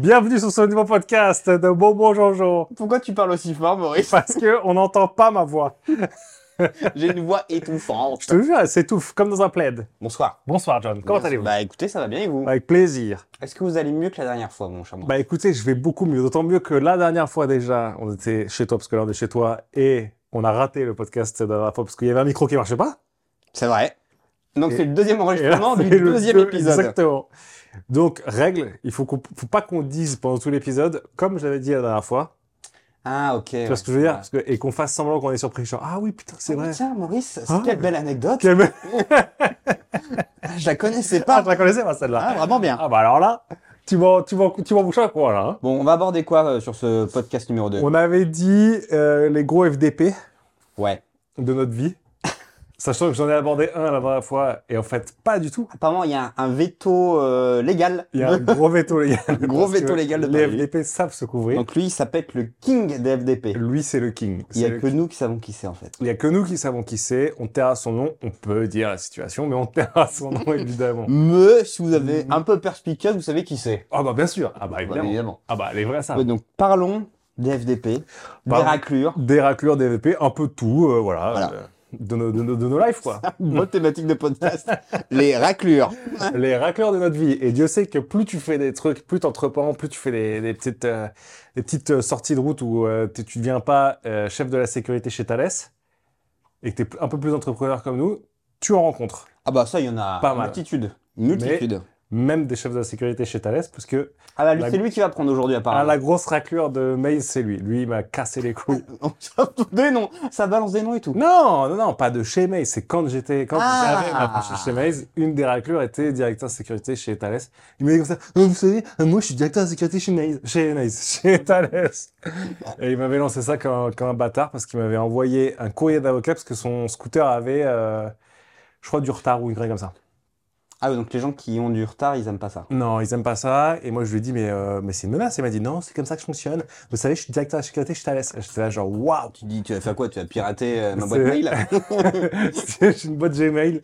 Bienvenue sur ce nouveau podcast de Bobo Jojo. Pourquoi tu parles aussi fort, Maurice? Parce qu'on n'entend pas ma voix. J'ai une voix étouffante. Je te jure, elle s'étouffe comme dans un plaid. Bonsoir. Bonsoir John, comment allez-vous? Bah écoutez, ça va bien et vous? Avec plaisir. Est-ce que vous allez mieux que la dernière fois, mon cher Maurice? Bah écoutez, je vais beaucoup mieux. D'autant mieux que la dernière fois déjà, on était chez toi, parce que là on est chez toi, et on a raté le podcast de la dernière fois parce qu'il y avait un micro qui marchait pas. C'est vrai. Donc Et- c'est le deuxième Et là, enregistrement du c'est le deuxième deux- épisode. Exactement. Donc, règle, faut pas qu'on dise pendant tout l'épisode, comme je l'avais dit la dernière fois. Ah ok. Tu vois ce que je veux dire? Et qu'on fasse semblant qu'on est surpris. Genre, ah oui, putain, c'est vrai. Tiens, Maurice, Ah. quelle belle anecdote. Quelle- Je la connaissais Ah, pas. je la connaissais, moi, celle-là. Ah, vraiment bien. Ah, bah alors là, tu m'en bouches un quoi, là. Hein. Bon, on va aborder quoi sur ce podcast numéro 2? On avait dit les gros FDP Ouais. de notre vie. Sachant que j'en ai abordé un la dernière fois, et en fait, pas du tout. Apparemment, il y a un veto légal. Il y a un gros veto légal. Gros Parce veto que légal de Les Paris. FDP savent se couvrir. Donc lui, il s'appelle le king des FDP. Lui, c'est le king. Il y a C'est le que nous qui savons qui c'est en fait. Il n'y a que nous qui savons qui c'est. On taira son nom. On peut dire la situation, mais on taira son nom, évidemment. Mais si vous avez un peu perspicace, vous savez qui c'est. Ah bah bien sûr. Ah bah évidemment. Évidemment. Ah bah les vrais ça. Ouais, donc parlons des FDP, des Parlons- raclures. Des raclures, des VP, un peu de tout, voilà. Voilà. De nos lives, quoi. Bonne thématique de podcast. Les raclures. Les raclures de notre vie. Et Dieu sait que plus tu fais des trucs, plus t'entreprends, plus tu fais des petites sorties de route où tu deviens pas chef de la sécurité chez Thales et que t'es un peu plus entrepreneur comme nous, tu en rencontres. Ah bah ça, il y en a Pas une mal. multitude. Une multitude. Même des chefs de la sécurité chez Thales, parce que Ah bah lui, La- c'est lui qui va prendre aujourd'hui apparemment. la grosse raclure de Maze, c'est lui. Lui, il m'a cassé les couilles. Des noms. Ça balance des noms et tout. Non, pas de chez Maze. C'est quand j'avais Ah. ma franchise chez Maze, une des raclures était directeur de sécurité chez Thales. Il m'a dit comme ça, vous savez, moi je suis directeur de sécurité chez Thales. Et il m'avait lancé ça comme un bâtard parce qu'il m'avait envoyé un courrier d'avocat parce que son scooter avait, je crois, du retard ou une connerie comme ça. Ah ouais, donc les gens qui ont du retard, ils aiment pas ça. Non, ils aiment pas ça. Et moi, je lui ai dit, mais c'est une menace. Il m'a dit, non, c'est comme ça que je fonctionne. Vous savez, je suis directeur de sécurité chez Thales. J'étais là, genre, waouh! Tu dis, tu vas faire quoi? Tu vas pirater ma boîte C'est- mail? J'ai une boîte Gmail.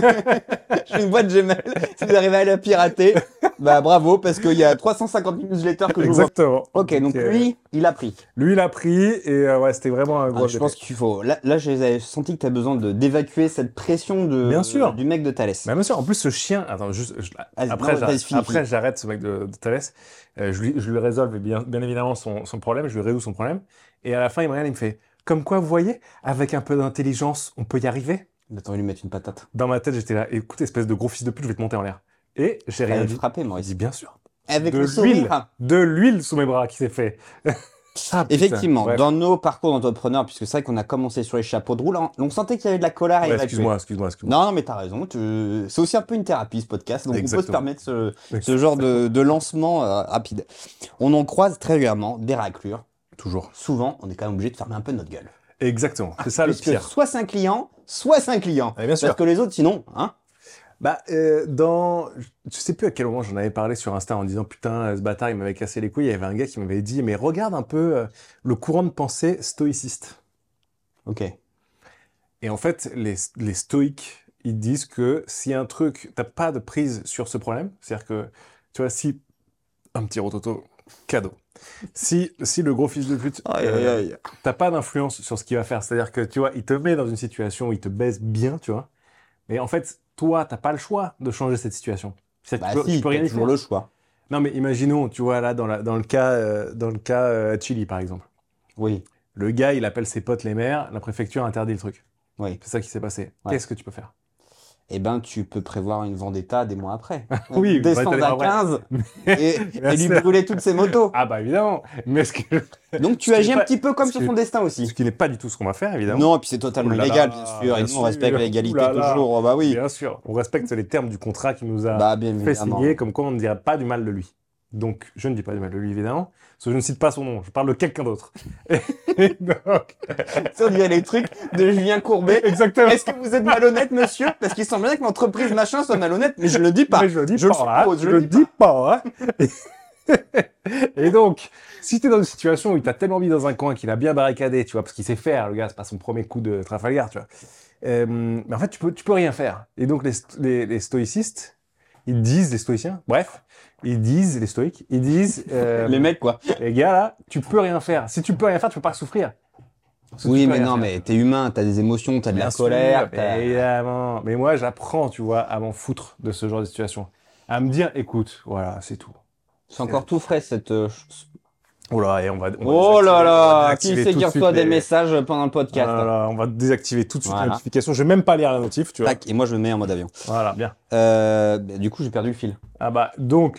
J'ai une boîte Gmail. Si vous arrivez à la pirater, bah bravo, parce qu'il y a 350 newsletters que je vous vois. Exactement. Ok, donc lui, il a pris. Lui, il a pris. Et ouais, c'était vraiment un gros Je pense qu'il faut. Là j'ai senti que tu as besoin d'évacuer cette pression Bien sûr. du mec de Thales. Mais bien sûr, en plus, ce chien. Attends, juste. Vas-y, Après, non, vas-y, finis, après j'arrête ce mec de Thales. Je lui résolve bien évidemment son problème. Je lui résous son problème. Et à la fin, il me regarde, il me fait, comme quoi, vous voyez, avec un peu d'intelligence, on peut y arriver. Attends, lui mettre une patate. Dans ma tête, j'étais là, écoute, espèce de gros fils de pute, je vais te monter en l'air. Et j'ai rien Elle dit. frappé, Il Maurice. dit, bien sûr. Avec de le sourire. De l'huile sous mes bras qui s'est fait. Ah, putain. Effectivement, Bref. dans nos parcours d'entrepreneurs, puisque c'est vrai qu'on a commencé sur les chapeaux de roue, là, on sentait qu'il y avait de la colère à Ouais, évacuer. excuse-moi. Non, mais t'as raison. C'est aussi un peu une thérapie, ce podcast. Donc, on peut se Exactement. permettre ce genre de lancement rapide. On en croise très régulièrement des raclures. Toujours. Souvent, on est quand même obligé de fermer un peu notre gueule. Exactement. C'est ça le Puisque pire. soit c'est un client, soit c'est un client. Ouais, bien sûr. Parce que les autres, sinon, hein. Bah, je sais plus à quel moment j'en avais parlé sur Insta en disant putain, ce bâtard, il m'avait cassé les couilles. Il y avait un gars qui m'avait dit, mais regarde un peu le courant de pensée stoïciste. Ok. Et en fait, les stoïques, ils disent que si un truc, t'as pas de prise sur ce problème, c'est-à-dire que, tu vois, si, un petit rototo, cadeau. Si le gros fils de pute, t'as pas d'influence sur ce qu'il va faire, c'est-à-dire que, tu vois, il te met dans une situation où il te baise bien, tu vois, mais en fait, toi, t'as pas le choix de changer cette situation. C'est-à-dire que Bah tu si, peux rien t'as y toujours faire. le choix. Non, mais imaginons, tu vois, là, dans le cas Chili, par exemple. Oui, Le gars, il appelle ses potes les maires, la préfecture interdit le truc. oui. C'est ça qui s'est passé. Ouais. Qu'est-ce que tu peux faire? Eh ben, tu peux prévoir une vendetta des mois après. Oui, Descendre ouais, à ouais. 15 et Bien lui sûr. brûler toutes ses motos. Ah bah évidemment, mais Donc tu ce qui agis est un pas- petit peu comme ce sur qui son est- destin ce aussi. qui n'est pas du tout ce qu'on va faire, évidemment. Non, et puis c'est totalement Oh là illégal, là, bien sûr. Et bien nous, on respecte sûr. l'égalité Ouh là là. toujours. Bah oui. Bien sûr, on respecte les termes du contrat qui nous a Bah bien fait évidemment. signer, comme quoi on ne dirait pas du mal de lui. Donc, je ne dis pas du mal de lui, évidemment, parce que je ne cite pas son nom, je parle de quelqu'un d'autre. Et donc, Ça, on dirait les trucs de Julien Courbet. exactement. Est-ce que vous êtes malhonnête, monsieur? Parce qu'il semble bien que l'entreprise machin soit malhonnête, mais je le dis pas. Mais je le dis Je le pas, hein. suppose, Je le dis pas, hein. Et donc, si t'es dans une situation où il t'a tellement mis dans un coin qu'il a bien barricadé, tu vois, parce qu'il sait faire, le gars, c'est pas son premier coup de Trafalgar, tu vois. Mais en fait, tu peux rien faire. Et donc, les stoïcistes, ils disent, les stoïciens, bref, ils disent, les stoïques, ils disent, Les mecs, quoi. les gars, là, tu peux rien faire. Si tu peux rien faire, tu peux pas souffrir. Parce que tu Oui, peux mais rien non, faire. mais t'es humain, t'as des émotions, t'as de la Bien sûr, colère. évidemment. Mais moi, j'apprends, tu vois, à m'en foutre de ce genre de situation. À me dire, écoute, voilà, c'est tout. C'est encore tout frais, cette... Oh là, et Oh là là, qui désactiver c'est tout qui de suite reçoit des messages pendant le podcast? Ah là là, on va désactiver tout de suite les Voilà. notifications. Je vais même pas lire la notif, tu vois. Tac, et moi je me mets en mode avion. Voilà, bien. Du coup, j'ai perdu le fil. Ah bah, donc,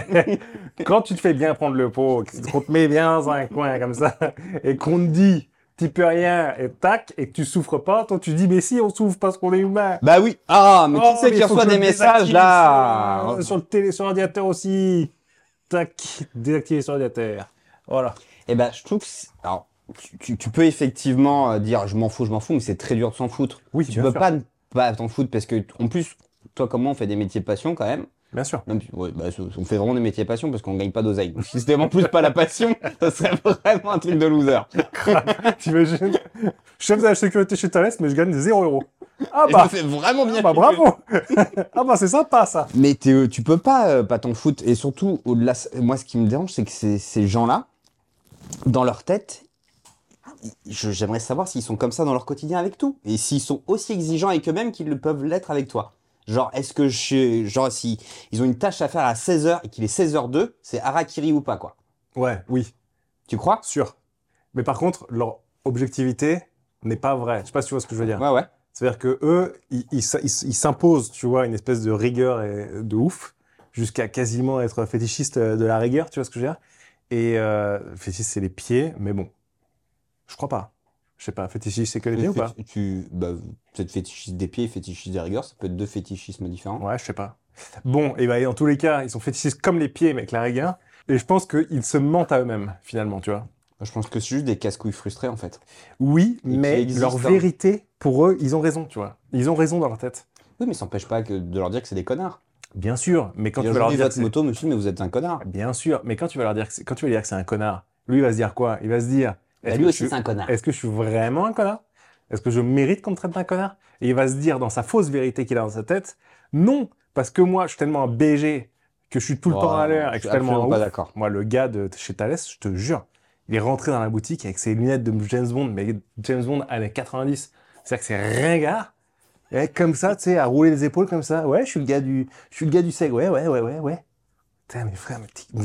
quand tu te fais bien prendre le pot, qu'on te met bien dans un coin comme ça, et qu'on te dit, t'y peux rien, et tac, et que tu souffres pas, toi tu dis, mais si, on souffre parce qu'on est humain. Bah oui. Ah, mais Oh, qui c'est mais qui il faut reçoit que je des le messages désactive là? sur l'ordinateur aussi. Tac, désactiver sur l'ordinateur. Voilà. Eh ben, je trouve que... Alors, tu peux effectivement dire je m'en fous, mais c'est très dur de s'en foutre. Oui, Tu bien peux sûr. pas ne pas t'en foutre parce que, en plus, toi comme moi, on fait des métiers passion quand même. Bien sûr. Même si, ouais, bah, on fait vraiment des métiers passion parce qu'on gagne pas d'oseille. Donc, si c'était en plus pas la passion, ça serait vraiment un truc de loser. T'imagines? Chef de la sécurité chez Thales, mais je gagne 0 €. Ah Et je bah, me fais vraiment bien ah bah kiffer. bravo. Ah bah c'est sympa ça. Mais tu peux pas t'en foutre. Et surtout, au-delà, moi, ce qui me dérange, c'est que ces gens-là, dans leur tête, j'aimerais savoir s'ils sont comme ça dans leur quotidien avec tout. Et s'ils sont aussi exigeants avec eux-mêmes qu'ils le peuvent l'être avec toi. Genre, est-ce que genre, si ils ont une tâche à faire à 16h et qu'il est 16h02, c'est harakiri ou pas, quoi. Ouais, oui, Tu crois? sûr. Mais par contre, leur objectivité n'est pas vraie. Je sais pas si tu vois ce que je veux dire. Ouais, ouais. C'est-à-dire que eux, ils s'imposent, tu vois, une espèce de rigueur de ouf, jusqu'à quasiment être fétichiste de la rigueur, tu vois ce que je veux dire. Et fétichiste, c'est les pieds, mais bon, je crois pas. Je sais pas, fétichiste, c'est que les pieds ou pas? Bah, peut-être fétichiste des pieds et fétichiste des rigueurs, ça peut être deux fétichismes différents. Ouais, je sais pas. Bon, et bah, en tous les cas, ils sont fétichistes comme les pieds, mais avec la rigueur. Et je pense qu'ils se mentent à eux-mêmes, finalement, tu vois. Je pense que c'est juste des casse-couilles frustrés, en fait. Oui, Et qui mais existent, leur hein. vérité, pour eux, ils ont raison, tu vois. Ils ont raison dans leur tête. Oui, mais ça n'empêche pas de leur dire que c'est des connards. Bien sûr, mais quand Quand tu vas leur dire que votre c'est... moto, monsieur, mais vous êtes un connard. Bien sûr, mais quand tu vas leur dire que quand tu vas lui dire que c'est un connard, lui il va se dire quoi? Il va se dire, Bah, lui aussi, c'est un connard. est-ce que je suis vraiment un connard? Est-ce que je mérite qu'on me traite d'un connard? Et il va se dire dans sa fausse vérité qu'il a dans sa tête, non, parce que moi je suis tellement un BG que je suis tout le temps à l'heure et que je suis tellement absolument un pas ouf. d'accord. Moi, le gars de chez Thales, je te jure, il est rentré dans la boutique avec ses lunettes de James Bond, mais James Bond années 90. C'est-à-dire que c'est ringard. Et comme ça, tu sais, à rouler les épaules comme ça. Ouais, je suis le gars du seg. Ouais. Putain, mais frère,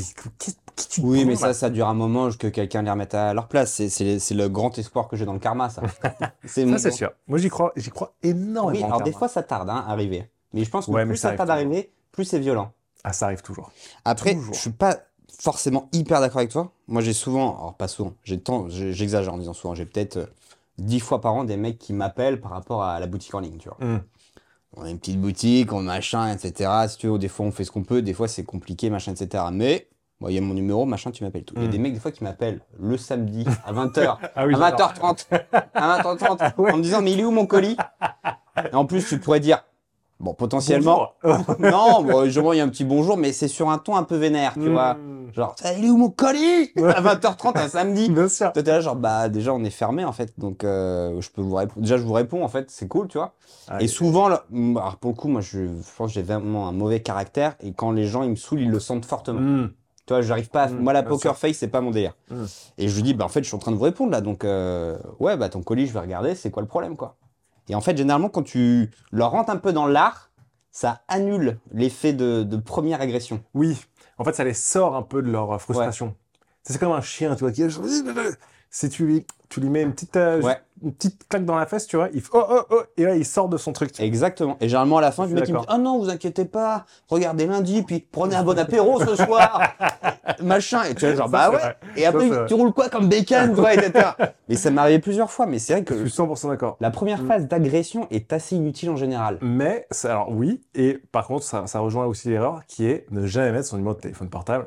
qui tu te Oui, prends, mais là ça dure un moment que quelqu'un les remette à leur place. C'est le grand espoir que j'ai dans le karma, ça. C'est Ça, c'est sûr. Moi, j'y crois énormément. Oui, au alors des karma. fois, ça tarde à arriver. Mais je pense que Ouais, mais plus ça ça arrive tarde à arriver, plus c'est violent. Ah, ça arrive toujours. Après, Toujours. je suis pas forcément hyper d'accord avec toi. Moi, j'ai souvent, alors pas souvent, j'exagère en disant souvent, j'ai peut-être 10 fois par an des mecs qui m'appellent par rapport à la boutique en ligne, tu vois. On a une petite boutique, on machin, etc. Si tu veux, des fois on fait ce qu'on peut, des fois c'est compliqué, machin, etc. Mais, bon, il y a mon numéro, machin, tu m'appelles tout. Il y a des mecs, des fois, qui m'appellent le samedi à 20h, Ah oui, à 20h30, à 20h30, ouais. en me disant, mais il est où mon colis? Et en plus, tu pourrais dire, bon, potentiellement, Bonjour. non, bon, il y a un petit bonjour, mais c'est sur un ton un peu vénère, tu vois. Genre, il est où mon colis? À 20h30 un samedi. Bien sûr. Toi, t'es là, genre, bah, déjà, on est fermé, en fait. Donc, je peux vous répondre. Déjà, je vous réponds, en fait, c'est cool, tu vois. Ah, Et souvent, là, alors, pour le coup, moi, je pense que j'ai vraiment un mauvais caractère. Et quand les gens, ils me saoulent, ils le sentent fortement. Tu vois, j'arrive pas à... Moi, la bien poker sûr. face, c'est pas mon délire. Et je lui dis, bah, en fait, je suis en train de vous répondre, là. Donc, ouais, bah, ton colis, je vais regarder, c'est quoi le problème, quoi. Et en fait, généralement, quand tu leur rentres un peu dans l'art, ça annule l'effet de première agression. Oui. En fait, ça les sort un peu de leur frustration. C'est comme un chien, tu vois, qui... Si tu lui mets Ouais. une petite claque dans la fesse, tu vois, il fait oh, et là, il sort de son truc. Tu vois. Exactement. Et généralement, à la fin, Je le suis mec, il me dit, d'accord. oh non, vous inquiétez pas, regardez lundi, puis prenez un bon apéro ce soir, machin. Et tu vois, genre, Ça, bah c'est ouais. vrai. Et après, Ça, c'est tu roules quoi comme bacon, toi, etc. Mais ça m'est arrivé plusieurs fois, mais c'est vrai Je que suis 100% d'accord. la première phase d'agression est assez inutile en général. Mais, alors oui, et par contre, ça rejoint aussi l'erreur qui est ne jamais mettre son numéro de téléphone portable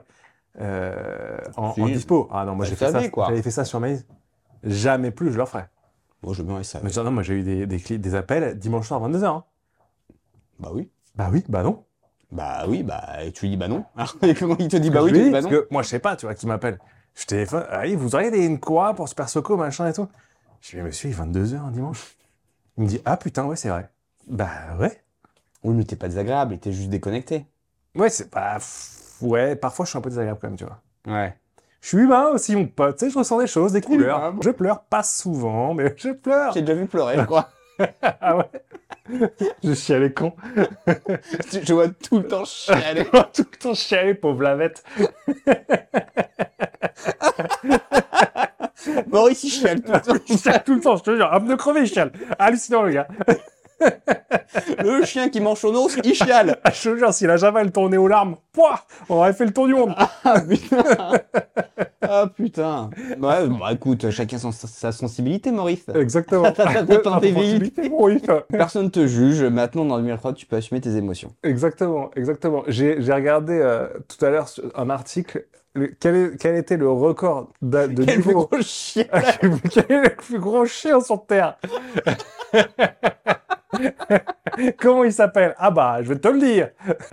en Si. dispo. Ah non, moi Bah, j'ai fait ça, savais, quoi. j'avais fait ça sur Maze. Jamais plus je le ferai. Bon, je veux bien ça. Mais non, moi j'ai eu des appels dimanche soir à 22h. Hein. Bah oui. Bah oui, bah non. Bah oui, bah tu lui dis bah non. Alors, comment il te dit bah oui, Je tu lui dis dis, bah parce non. que moi je sais pas, tu vois, qui m'appelle. Je téléphone, ah oui, vous auriez une quoi pour Super Soco, machin et tout. Je dis, mais monsieur, il est 22h un dimanche. Il me dit, ah putain, ouais, c'est vrai. Bah ouais. Oui, mais t'es pas désagréable, t'es juste déconnecté. Ouais, c'est pas. Ouais, parfois je suis un peu désagréable quand même, tu vois. Ouais. Je suis humain aussi, mon pote, tu sais, je ressens des choses, des couleurs. humain. Je pleure pas souvent, mais je pleure. J'ai déjà vu pleurer, je crois. Ah ouais? Je chialais con. Je vois tout le temps chialer. Tout le temps chialé, pauvre lavette. Maurice, il chiale tout le temps. Il chiale tout le temps, je te jure. Homme de crever, il chiale. Hallucinant, le gars. Le chien qui mange son os, il chiale. Je te jure, si la Java, elle tournait aux larmes, pouah, on aurait fait le tour du monde. Ah putain. Ah putain. Ouais, bah écoute, chacun sa sensibilité, Maurice. Exactement. T'as sensibilité. Oui, Personne te juge. Maintenant, dans 2003, tu peux assumer tes émotions. exactement, exactement. J'ai regardé tout à l'heure un article. Quel était le record de Quel plus niveau... gros chien. Quel est le plus gros chien sur Terre? Comment il s'appelle? Ah bah, je vais te le dire.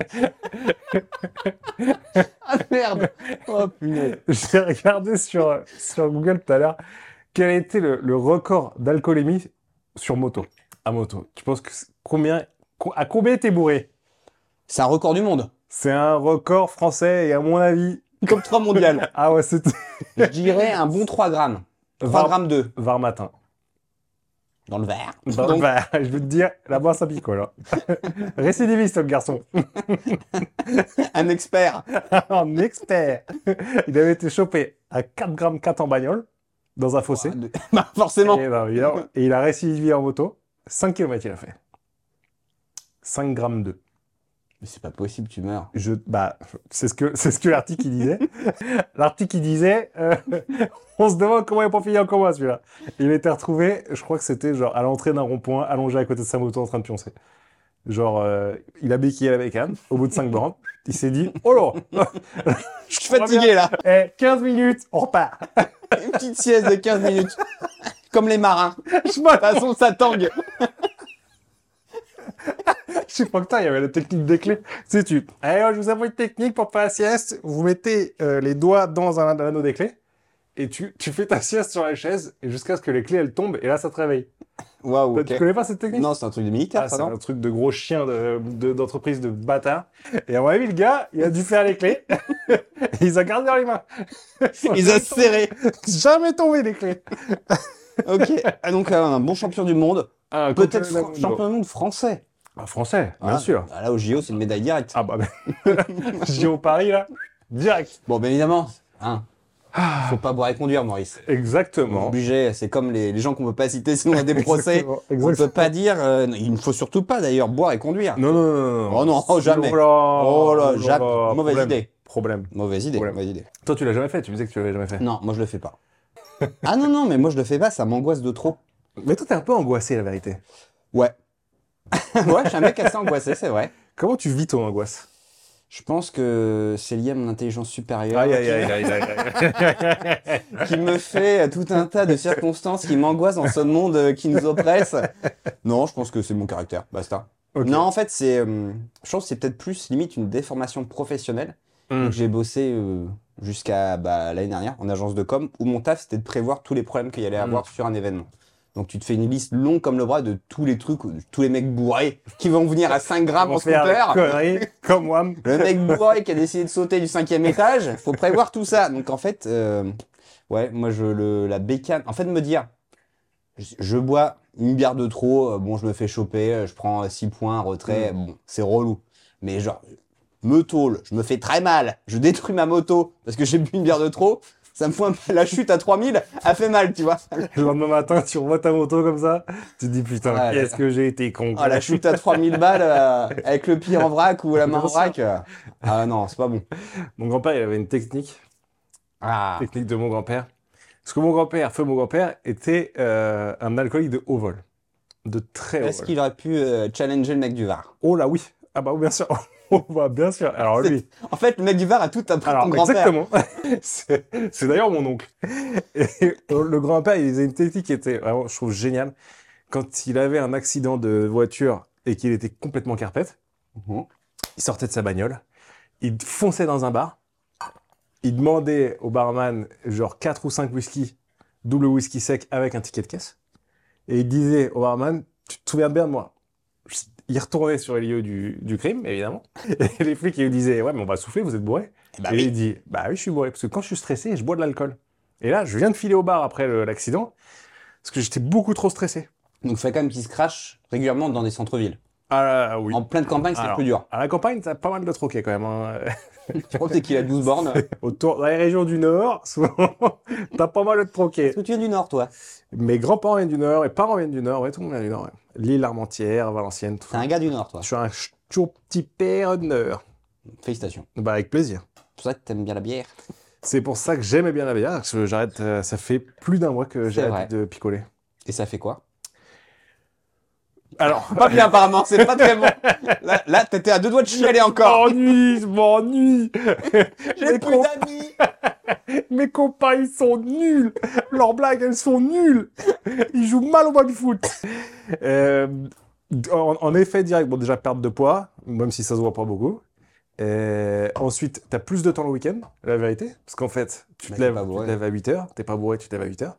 Ah merde. Oh punaise. J'ai regardé sur Google tout à l'heure quel était le record d'alcoolémie sur moto. À moto. Tu penses que à combien t'es bourré? C'est un record du monde. C'est un record français et à mon avis... Top 3 mondial. Ah ouais, c'était... Je dirais un bon 3 grammes. 3 grammes 2 Var matin. dans le verre. Donc, bah, je veux te dire, là-bas, ça picole. Hein. Récidiviste, le garçon. Un expert. Un expert. Il avait été chopé à 4 grammes 4 en bagnole, dans un fossé. Bah, forcément. Et il a récidivé en moto. 5 km il a fait. 5 grammes 2. Mais c'est pas possible, tu meurs. Bah, c'est ce que l'article il disait. L'article il disait, on se demande comment il n'a pas fini en coma celui-là. Il a été retrouvé, je crois que c'était genre à l'entrée d'un rond-point, allongé à côté de sa moto en train de pioncer. Genre, il a béquillé la bécane, au bout de 5 bornes. Il s'est dit, oh là, je suis fatigué là. 15 minutes, on repart. Une petite sieste de 15 minutes. Comme les marins. De toute façon, ça tangue. Je sais pas que il y avait la technique des clés. Tu sais, allez, je vous avoue une technique pour faire la sieste. Vous mettez les doigts dans un anneau des clés et tu fais ta sieste sur la chaise et jusqu'à ce que les clés elles tombent et là ça te réveille. Waouh, ok. Tu connais pas cette technique? Non, c'est un truc de militaire, ça, c'est non? un truc de gros chien d'entreprise de bâtard. Et à mon avis, le gars, il a dû faire les clés et il les a gardées dans les mains. Il a serré. Jamais tombé les clés. Ok. Ah, donc, un bon champion du monde. Ah, Peut-être champion du monde français. Ah, français, Voilà. bien sûr. Ah, là, au JO, c'est une médaille directe. Ah bah, j'y au Paris, là, direct. Bon, bien évidemment. Hein. Faut pas boire et conduire, Maurice. Exactement. Obligé, c'est comme les gens qu'on peut pas citer sinon on a des procès. Exactement. On ne peut pas dire, il ne faut surtout pas d'ailleurs boire et conduire. Non, non, non, non. Oh non, jamais. Oh là, jamais. Mauvaise idée. Problème. Mauvaise idée. Toi, tu l'as jamais fait, tu me disais que tu l'avais jamais fait. Non, moi je le fais pas. Ah non, mais moi je le fais pas, ça m'angoisse de trop. Mais toi, t'es un peu angoissé, la vérité. Ouais. Ouais, je suis un mec assez angoissé, c'est vrai. Comment tu vis ton angoisse? Je pense que c'est lié à mon intelligence supérieure. Aïe, aïe, aïe, aïe, aïe. Qui me fait tout un tas de circonstances qui m'angoissent dans ce monde qui nous oppresse. Non, je pense que c'est mon caractère, basta. Okay. Non, en fait, je pense que c'est peut-être plus limite une déformation professionnelle. Donc, j'ai bossé jusqu'à l'année dernière en agence de com, où mon taf, c'était de prévoir tous les problèmes qu'il y allait avoir sur un événement. Donc tu te fais une liste longue comme le bras de tous les trucs, tous les mecs bourrés qui vont venir à 5 grammes en scooter. Comme moi. Le mec bourré qui a décidé de sauter du 5e étage, faut prévoir tout ça. Donc en fait, ouais, moi la bécane, en fait me dire, je bois une bière de trop, bon je me fais choper, je prends 6 points, retrait, bon c'est relou. Mais genre, me tôle, je me fais très mal, je détruis ma moto parce que j'ai bu une bière de trop. Ça me fout un peu la chute à 3000, a fait mal, tu vois. Le lendemain matin, tu revois ta moto comme ça, tu te dis putain, qu'est-ce que j'ai été con. Ah, la chute à 3000 balles avec le pied en vrac ou la main en vrac. Ah non, c'est pas bon. Mon grand-père, il avait une technique. Technique de mon grand-père. Parce que feu mon grand-père, était un alcoolique de haut vol. De très haut vol. Est-ce qu'il aurait pu challenger le mec du Var? Oh là oui. Ah bah bien sûr. Bah, bien sûr. Alors lui. En fait, le mec du Var a tout appris ton grand-père. Exactement. C'est d'ailleurs mon oncle. Et le grand-père, il faisait une technique qui était vraiment, je trouve, géniale. Quand il avait un accident de voiture et qu'il était complètement carpette, il sortait de sa bagnole, il fonçait dans un bar, il demandait au barman genre 4 ou 5 whisky, double whisky sec avec un ticket de caisse, et il disait au barman, tu te souviens bien de moi? il retournait sur les lieux du crime, évidemment. Et les flics, ils lui disaient, ouais, mais on va souffler, vous êtes bourré. Bah et oui. il dit, bah oui, je suis bourré, parce que quand je suis stressé, je bois de l'alcool. Et là, je viens de filer au bar après l'accident, parce que j'étais beaucoup trop stressé. Donc, il faut quand même qu'ils se crachent régulièrement dans des centres-villes. Ah oui. En pleine campagne, c'est Alors, plus dur. à la campagne, t'as pas mal de troquets quand même. Hein. Je crois peut-être qu'il a 12 bornes. Dans les régions du Nord, souvent, t'as pas mal de troquets. Est-ce que tu viens du Nord, toi? Mes grands-parents viennent du Nord, mes parents viennent du Nord, ouais, tout le monde vient du Nord. Ouais. Lille, Armentières, Valenciennes, tout T'es ça. un gars du Nord, toi. Je suis un toujours petit père de Nord. Félicitations. Bah, avec plaisir. C'est pour ça que t'aimes bien la bière. C'est pour ça que j'aimais bien la bière, parce que j'arrête, ça fait plus d'un mois que j'ai C'est arrêté de picoler. Et ça fait quoi? Alors, Pas bien, apparemment, c'est pas très bon. Là t'étais à 2 doigts de chialer encore. je m'ennuie. J'ai mes, plus d'amis. mes copains, ils sont nuls. Leurs blagues, elles sont nulles. Ils jouent mal au baby-foot. En effet direct, bon déjà perte de poids, même si ça se voit pas beaucoup. Ensuite, tu as plus de temps le week-end, la vérité. Parce qu'en fait, tu te lèves à 8h, t'es pas bourré, tu te lèves à 8h.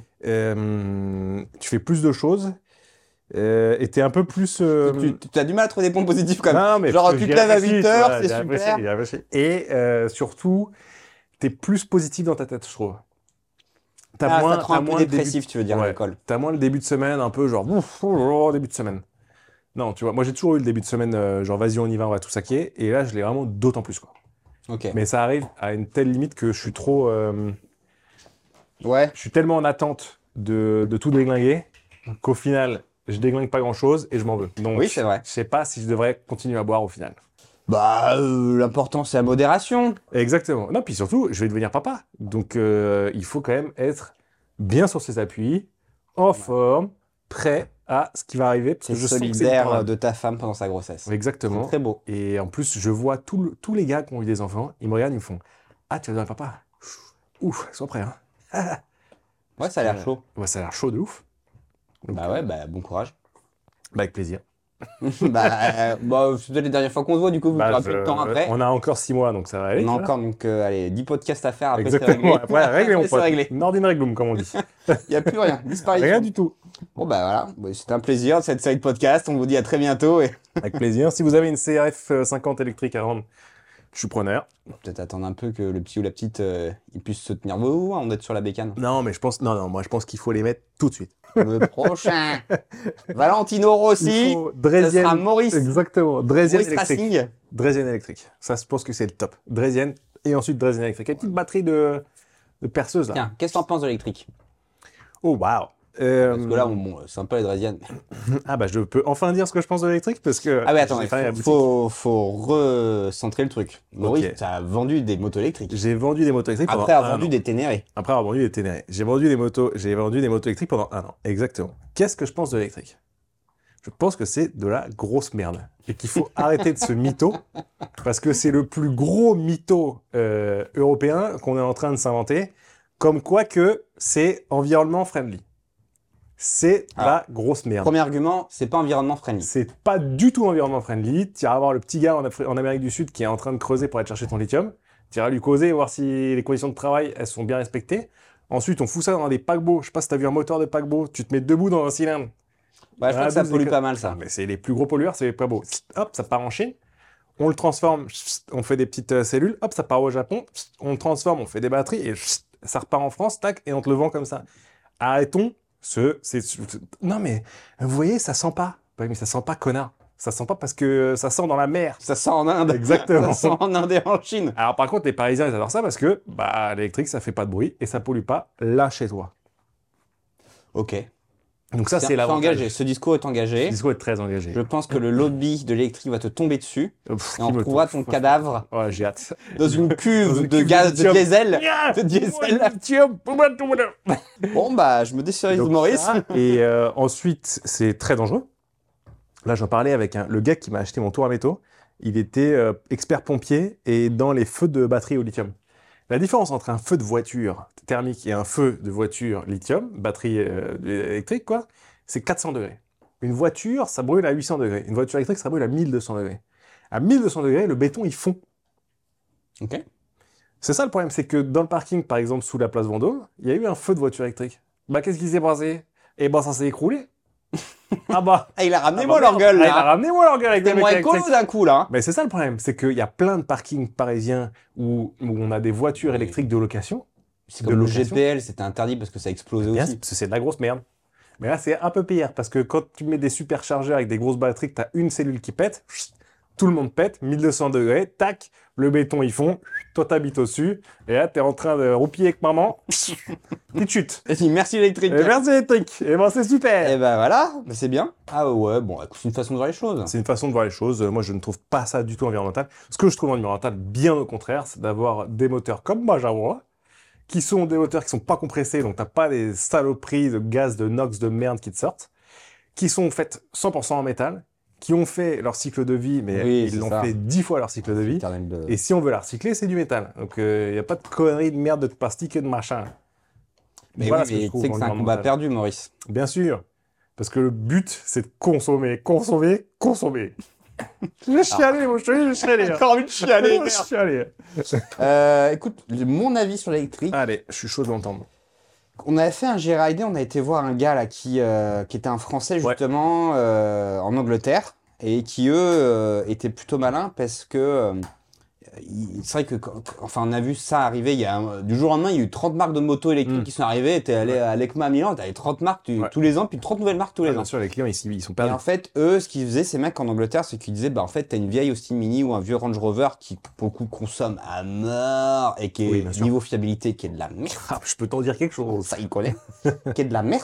Tu fais plus de choses. Et t'es un peu plus... Tu as du mal à trouver des points positifs quand même. Non, mais genre, tu te lèves à 8h, c'est super. Et surtout, t'es plus positif dans ta tête, je trouve. Ça te rend un peu dépressif, tu veux dire, à l'école. T'as moins le début de semaine, un peu genre, début de semaine. Non, tu vois, moi j'ai toujours eu le début de semaine, genre vas-y, on y va, on va tout saquer. Et là, je l'ai vraiment d'autant plus, quoi. Ok. Mais ça arrive à une telle limite que je suis trop. Ouais. Je suis tellement en attente de tout déglinguer qu'au final, je déglingue pas grand chose et je m'en veux. Donc, oui, c'est vrai. Je sais pas si je devrais continuer à boire au final. Bah, l'important c'est la modération. Exactement. Non, puis surtout, je vais devenir papa. Donc, il faut quand même être bien sur ses appuis, en forme, prêt à ce qui va arriver. Parce que je solidaire de ta femme pendant sa grossesse. Exactement. C'est très beau. Et en plus, je vois tous les gars qui ont eu des enfants, ils me regardent, ils me font « Ah, tu vas devenir papa ?» Ouf, sois prêt, hein. Ouais, ça a l'air chaud. Ouais, ça a l'air chaud de ouf. Donc, bah ouais, bah bon courage. Bah avec plaisir. C'est peut-être les dernières fois qu'on se voit, du coup, vous aurez plus de temps après. On a encore 6 mois, donc ça va aller. On a encore, donc, allez, 10 podcasts à faire, après exactement. Après, réglé, mon pote. réglé. Nordin Reglum, comme on dit. Il n'y a plus rien, disparition. Rien du tout. Bon, bah voilà, c'était un plaisir, cette série de podcasts. On vous dit à très bientôt. Et... Avec plaisir. Si vous avez une CRF 50 électrique à rendre, je suis preneur. Peut-être attendre un peu que le petit ou la petite ils puissent se tenir debout, on est sur la bécane. Non, mais je pense, moi je pense qu'il faut les mettre tout de suite. Le prochain, Valentino Rossi, Draisienne, ça sera Maurice. Exactement, Draisienne électrique. Racing. Draisienne électrique. Ça, je pense que c'est le top. Draisienne et ensuite Draisienne électrique. Une petite batterie de perceuse là. Tiens, qu'est-ce que t'en penses de l'électrique? Oh waouh. Parce que là, c'est un peu les Draisiennes. Ah bah je peux enfin dire ce que je pense de l'électrique parce que... Ah oui, attends, faut recentrer le truc. Maurice, Okay. tu as vendu des motos électriques. J'ai vendu des motos électriques pendant Après avoir vendu des Ténéré. Après avoir vendu des Ténéré. J'ai vendu des motos électriques pendant 1 an. Exactement. Qu'est-ce que je pense de l'électrique? Je pense que c'est de la grosse merde. Et qu'il faut arrêter de se mytho. Parce que c'est le plus gros mytho européen qu'on est en train de s'inventer. Comme quoi que c'est environnement friendly. C'est la grosse merde. Premier argument, c'est pas environnement friendly. C'est pas du tout environnement friendly. Tu iras voir le petit gars en Amérique du Sud qui est en train de creuser pour aller chercher ton lithium. Tu iras lui causer, voir si les conditions de travail elles sont bien respectées. Ensuite, on fout ça dans des paquebots. Je sais pas si t'as vu un moteur de paquebot. Tu te mets debout dans un cylindre. Ouais, je crois que ça pollue pas mal, ça. Non, mais c'est les plus gros pollueurs, c'est les paquebots. Hop, ça part en Chine. On le transforme, on fait des petites cellules. Hop, ça part au Japon. On le transforme, on fait des batteries et ça repart en France, tac, et on te le vend comme ça. Arrêtons. Non mais, vous voyez, ça sent pas. Oui, mais ça sent pas, connard. Ça sent pas parce que ça sent dans la mer. Ça sent en Inde. Exactement. Ça sent en Inde et en Chine. Alors par contre, les Parisiens, ils adorent ça parce que l'électrique, ça fait pas de bruit et ça pollue pas là chez toi. Ok. Donc ça, c'est l'avantage. Engagé. Ce discours est engagé. Ce discours est très engagé. Je pense que le lobby de l'électrique va te tomber dessus. Et on me trouvera ton cadavre Ouais, j'ai hâte. dans une cuve de gaz, de diesel. De diesel. Bon, bah, je me désolidarise de Maurice. Et ensuite, c'est très dangereux. Là, j'en parlais avec le gars qui m'a acheté mon tour à métaux. Il était expert pompier et dans les feux de batterie au lithium. La différence entre un feu de voiture thermique et un feu de voiture lithium, batterie électrique, quoi, c'est 400 degrés. Une voiture, ça brûle à 800 degrés. Une voiture électrique, ça brûle à 1200 degrés. À 1200 degrés, le béton, il fond. Ok. C'est ça le problème, c'est que dans le parking, par exemple, sous la place Vendôme, il y a eu un feu de voiture électrique. Bah, qu'est-ce qui s'est passé? Eh ben, ça s'est écroulé. Ah bah. Ah, il a Ah ramené bah moi leur merde. gueule Ah, il a là. ramené moi leur gueule avec des C'est mecs moins avec écolo d'un coup là. Mais c'est ça le problème, c'est qu'il y a plein de parkings parisiens où on a des voitures Oui. électriques de location. C'est comme le GPL, c'était interdit parce que ça explosait Bien, aussi. parce que c'est de la grosse merde. Mais là, c'est un peu pire, parce que quand tu mets des superchargeurs avec des grosses batteries, que tu as une cellule qui pète, tout le monde pète, 1200 degrés, tac, le béton ils font, toi t'habites au-dessus, et là t'es en train de roupiller avec maman, petite chute. Et puis, merci électrique. Et merci électrique, et ben c'est super. Et ben voilà, mais c'est bien. Ah ouais, bon, écoute, c'est une façon de voir les choses. C'est une façon de voir les choses. Moi, je ne trouve pas ça du tout environnemental. Ce que je trouve environnemental, bien au contraire, c'est d'avoir des moteurs comme moi, j'avoue, qui sont des moteurs qui sont pas compressés, donc t'as pas des saloperies de gaz, de NOx, de merde qui te sortent, qui sont faites 100% en métal, qui ont fait leur cycle de vie, mais Oui, ils c'est l'ont ça. fait 10 fois leur cycle de vie. Éternel de- Et si on veut la recycler, c'est du métal. Donc il n'y a pas de conneries de merde de plastique et de machin. Mais Voilà oui, ce que je mais tu trouve sais que c'est un combat environnemental. perdu, Maurice. Bien sûr. Parce que le but, c'est de consommer, consommer, consommer. Je vais chialer, moi, je te dis, je vais chialer. Encore envie de chialer, Je vais chialer. Écoute, mon avis sur l'électrique. Allez, je suis chaud de l'entendre. On avait fait un G-Rider, on a été voir un gars là qui était un Français justement en Angleterre et qui étaient plutôt malins parce que c'est vrai que enfin on a vu ça arriver du jour au lendemain il y a eu 30 marques de motos électriques qui sont arrivées, t'es allé à l'ECMA à Milan, t'avais 30 marques tous les ans puis 30 nouvelles marques tous les ans. Bien sûr, les clients, ils sont Et perdus. en fait, eux, ce qu'ils faisaient, ces mecs en Angleterre, c'est qu'ils disaient, bah en fait, t'as une vieille Austin Mini ou un vieux Range Rover qui, pour le coup, consomme à mort et qui Oui, est, bien sûr. niveau fiabilité, qui est de la merde. Ah, je peux t'en dire quelque chose. Ça, ils connaissent. Qui est de la merde.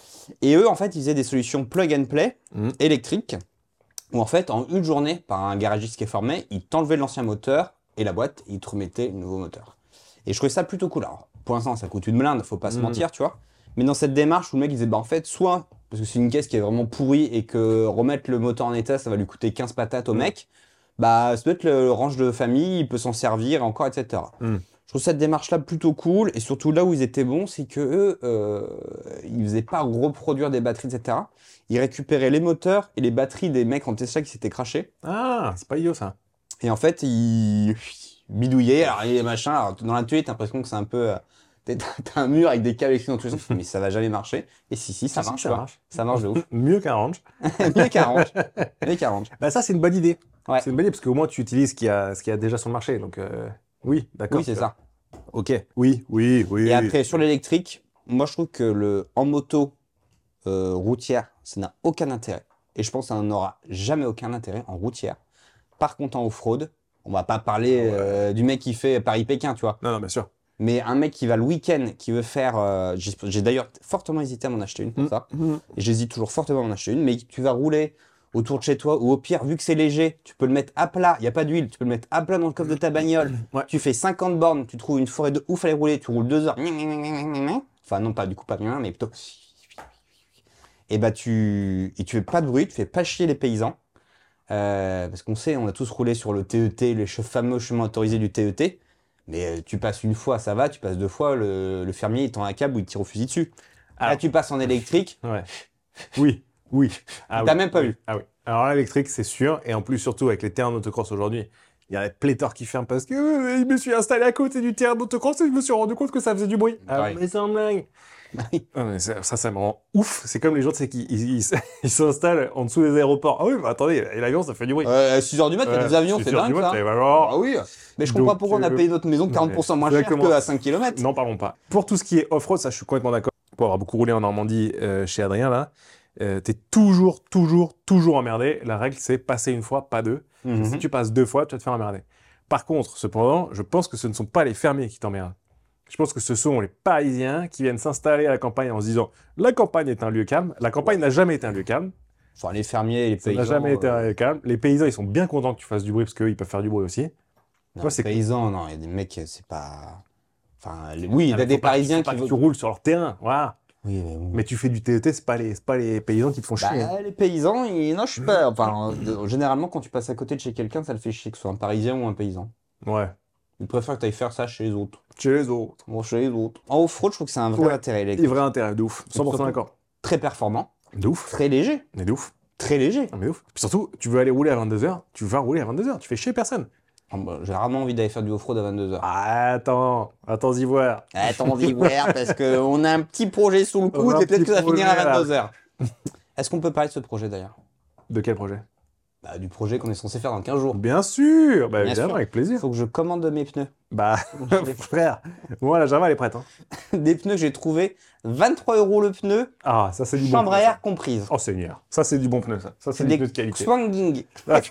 Et eux, en fait, ils faisaient des solutions plug and play électriques où, en fait, en une journée, par un garagiste qui est formé, ils t'enlevaient l'ancien moteur et la boîte et ils te remettaient le nouveau moteur. Et je trouvais ça plutôt cool. Alors, pour l'instant, ça coûte une blinde, faut pas se mentir, tu vois. Mais dans cette démarche où le mec il disait, bah en fait, soit parce que c'est une caisse qui est vraiment pourrie et que remettre le moteur en état, ça va lui coûter 15 patates au mec, bah ça doit être le range de famille, il peut s'en servir encore, etc. Je trouve cette démarche-là plutôt cool, et surtout là où ils étaient bons, c'est que eux, ils faisaient pas reproduire des batteries, etc. Ils récupéraient les moteurs et les batteries des mecs en Tesla qui s'étaient crashés. Ah, c'est pas idiot ça. Et en fait, ils bidouillaient, alors les machins, alors, dans l'atelier, t'as l'impression que c'est un peu... T'as un mur avec des câbles électriques dans tous les sens, mais ça va jamais marcher. Et si, ça marche, ça quoi. marche. Ça marche de ouf. Mieux qu'un range. Mieux qu'arrange. Mieux qu'arrange. Bah ça, c'est une bonne idée. Ouais. C'est une bonne idée parce qu'au moins tu utilises ce qu'il y a déjà sur le marché. Donc oui, d'accord. Oui, c'est ça. Ok. Oui. Et après, sur l'électrique, moi je trouve que en moto routière, ça n'a aucun intérêt. Et je pense que ça n'en aura jamais aucun intérêt en routière. Par contre, en off-road, on va pas parler du mec qui fait Paris-Pékin, tu vois. Non, bien sûr. Mais un mec qui va le week-end, qui veut faire... j'ai d'ailleurs fortement hésité à m'en acheter une pour ça. Et j'hésite toujours fortement à m'en acheter une. Mais tu vas rouler autour de chez toi, ou au pire, vu que c'est léger, tu peux le mettre à plat. Il n'y a pas d'huile, tu peux le mettre à plat dans le coffre de ta bagnole. Ouais. Tu fais 50 bornes, tu trouves une forêt de ouf à aller rouler, tu roules 2 heures. Enfin, non, pas du coup, pas bien, mais plutôt... Et bah, tu fais pas de bruit, tu fais pas chier les paysans. Parce qu'on sait, on a tous roulé sur le TET, les fameux chemins autorisés du TET. Mais tu passes une fois, ça va, tu passes 2 fois, le fermier il tend un câble ou il tire au fusil dessus. Alors, là, tu passes en électrique, ouais. Oui. Ah, t'as oui. même pas vu. Ah oui. Alors l'électrique, c'est sûr. Et en plus, surtout avec les terrains d'autocross aujourd'hui, il y a pléthore qui ferment parce que je me suis installé à côté du terrain d'autocross et je me suis rendu compte que ça faisait du bruit. Ah, Ouais. mais c'est un blague. Ah, mais ça me rend ouf. C'est comme les gens, tu sais, qui ils s'installent en dessous des aéroports. Ah oui, mais attendez, et l'avion, ça fait du bruit. À 6h du mat, il y a des avions, c'est dingue ça. Ah oui. Mais je comprends Donc, pourquoi on a payé notre maison 40% moins cher exactement. qu'à 5 km. N'en parlons pas. Pour tout ce qui est off-road, ça, je suis complètement d'accord. Pour avoir beaucoup roulé en Normandie chez Adrien, là, t'es toujours emmerdé. La règle, c'est passer une fois, pas deux. Si tu passes 2 fois, tu vas te faire emmerder. Par contre, cependant, je pense que ce ne sont pas les fermiers qui t'emmerdent. Je pense que ce sont les Parisiens qui viennent s'installer à la campagne en se disant « La campagne est un lieu calme. » La campagne n'a jamais été un lieu calme. Enfin, les fermiers et les Ça paysans. n'a jamais été un lieu calme. Les paysans, ils sont bien contents que tu fasses du bruit parce qu'eux, ils peuvent faire du bruit aussi. Non, Toi, les c'est paysans, non, il y a des mecs, c'est pas... Enfin, oui, il y a mais des faut pas- Parisiens faut pas qui... que tu roules sur leur terrain. Voilà. Oui, mais bon. Mais tu fais du TET, c'est pas les paysans qui te font chier. Hein. Les paysans, non, je suis pas... Enfin, généralement, quand tu passes à côté de chez quelqu'un, ça le fait chier que ce soit un Parisien ou un paysan. Ouais. Ils préfèrent que tu ailles faire ça chez les autres. Chez les autres. Bon, chez les autres. En off-road, je trouve que c'est un vrai intérêt. Il y a Électrique. vrai intérêt, de ouf. 100% d'accord. Très performant, De ouf. très léger. Mais de ouf. Très léger. Non, mais de ouf. Puis surtout, tu veux aller rouler à 22h, tu vas rouler à 22h. Tu fais chier personne. J'ai rarement envie d'aller faire du off-road à 22h. Ah, attends y voir. Attends, d'y voir, parce qu'on a un petit projet sous le On coude a un et peut-être petit que ça va finir projet, à 22h. Est-ce qu'on peut parler de ce projet d'ailleurs? De quel projet? Bah, du projet qu'on est censé faire dans 15 jours. Bien sûr, bah, Bien évidemment, sûr. avec plaisir. Faut que je commande mes pneus. Bah, frère, moi, la Java, elle est prête. Hein. Des pneus que j'ai trouvé 23 € le pneu, Ah, ça, c'est du bon chambre pneu. à Ça. air comprise. Oh, Seigneur. Ça, c'est du bon pneu, ça. Ça, c'est des pneus de qualité. Swanging. Ah,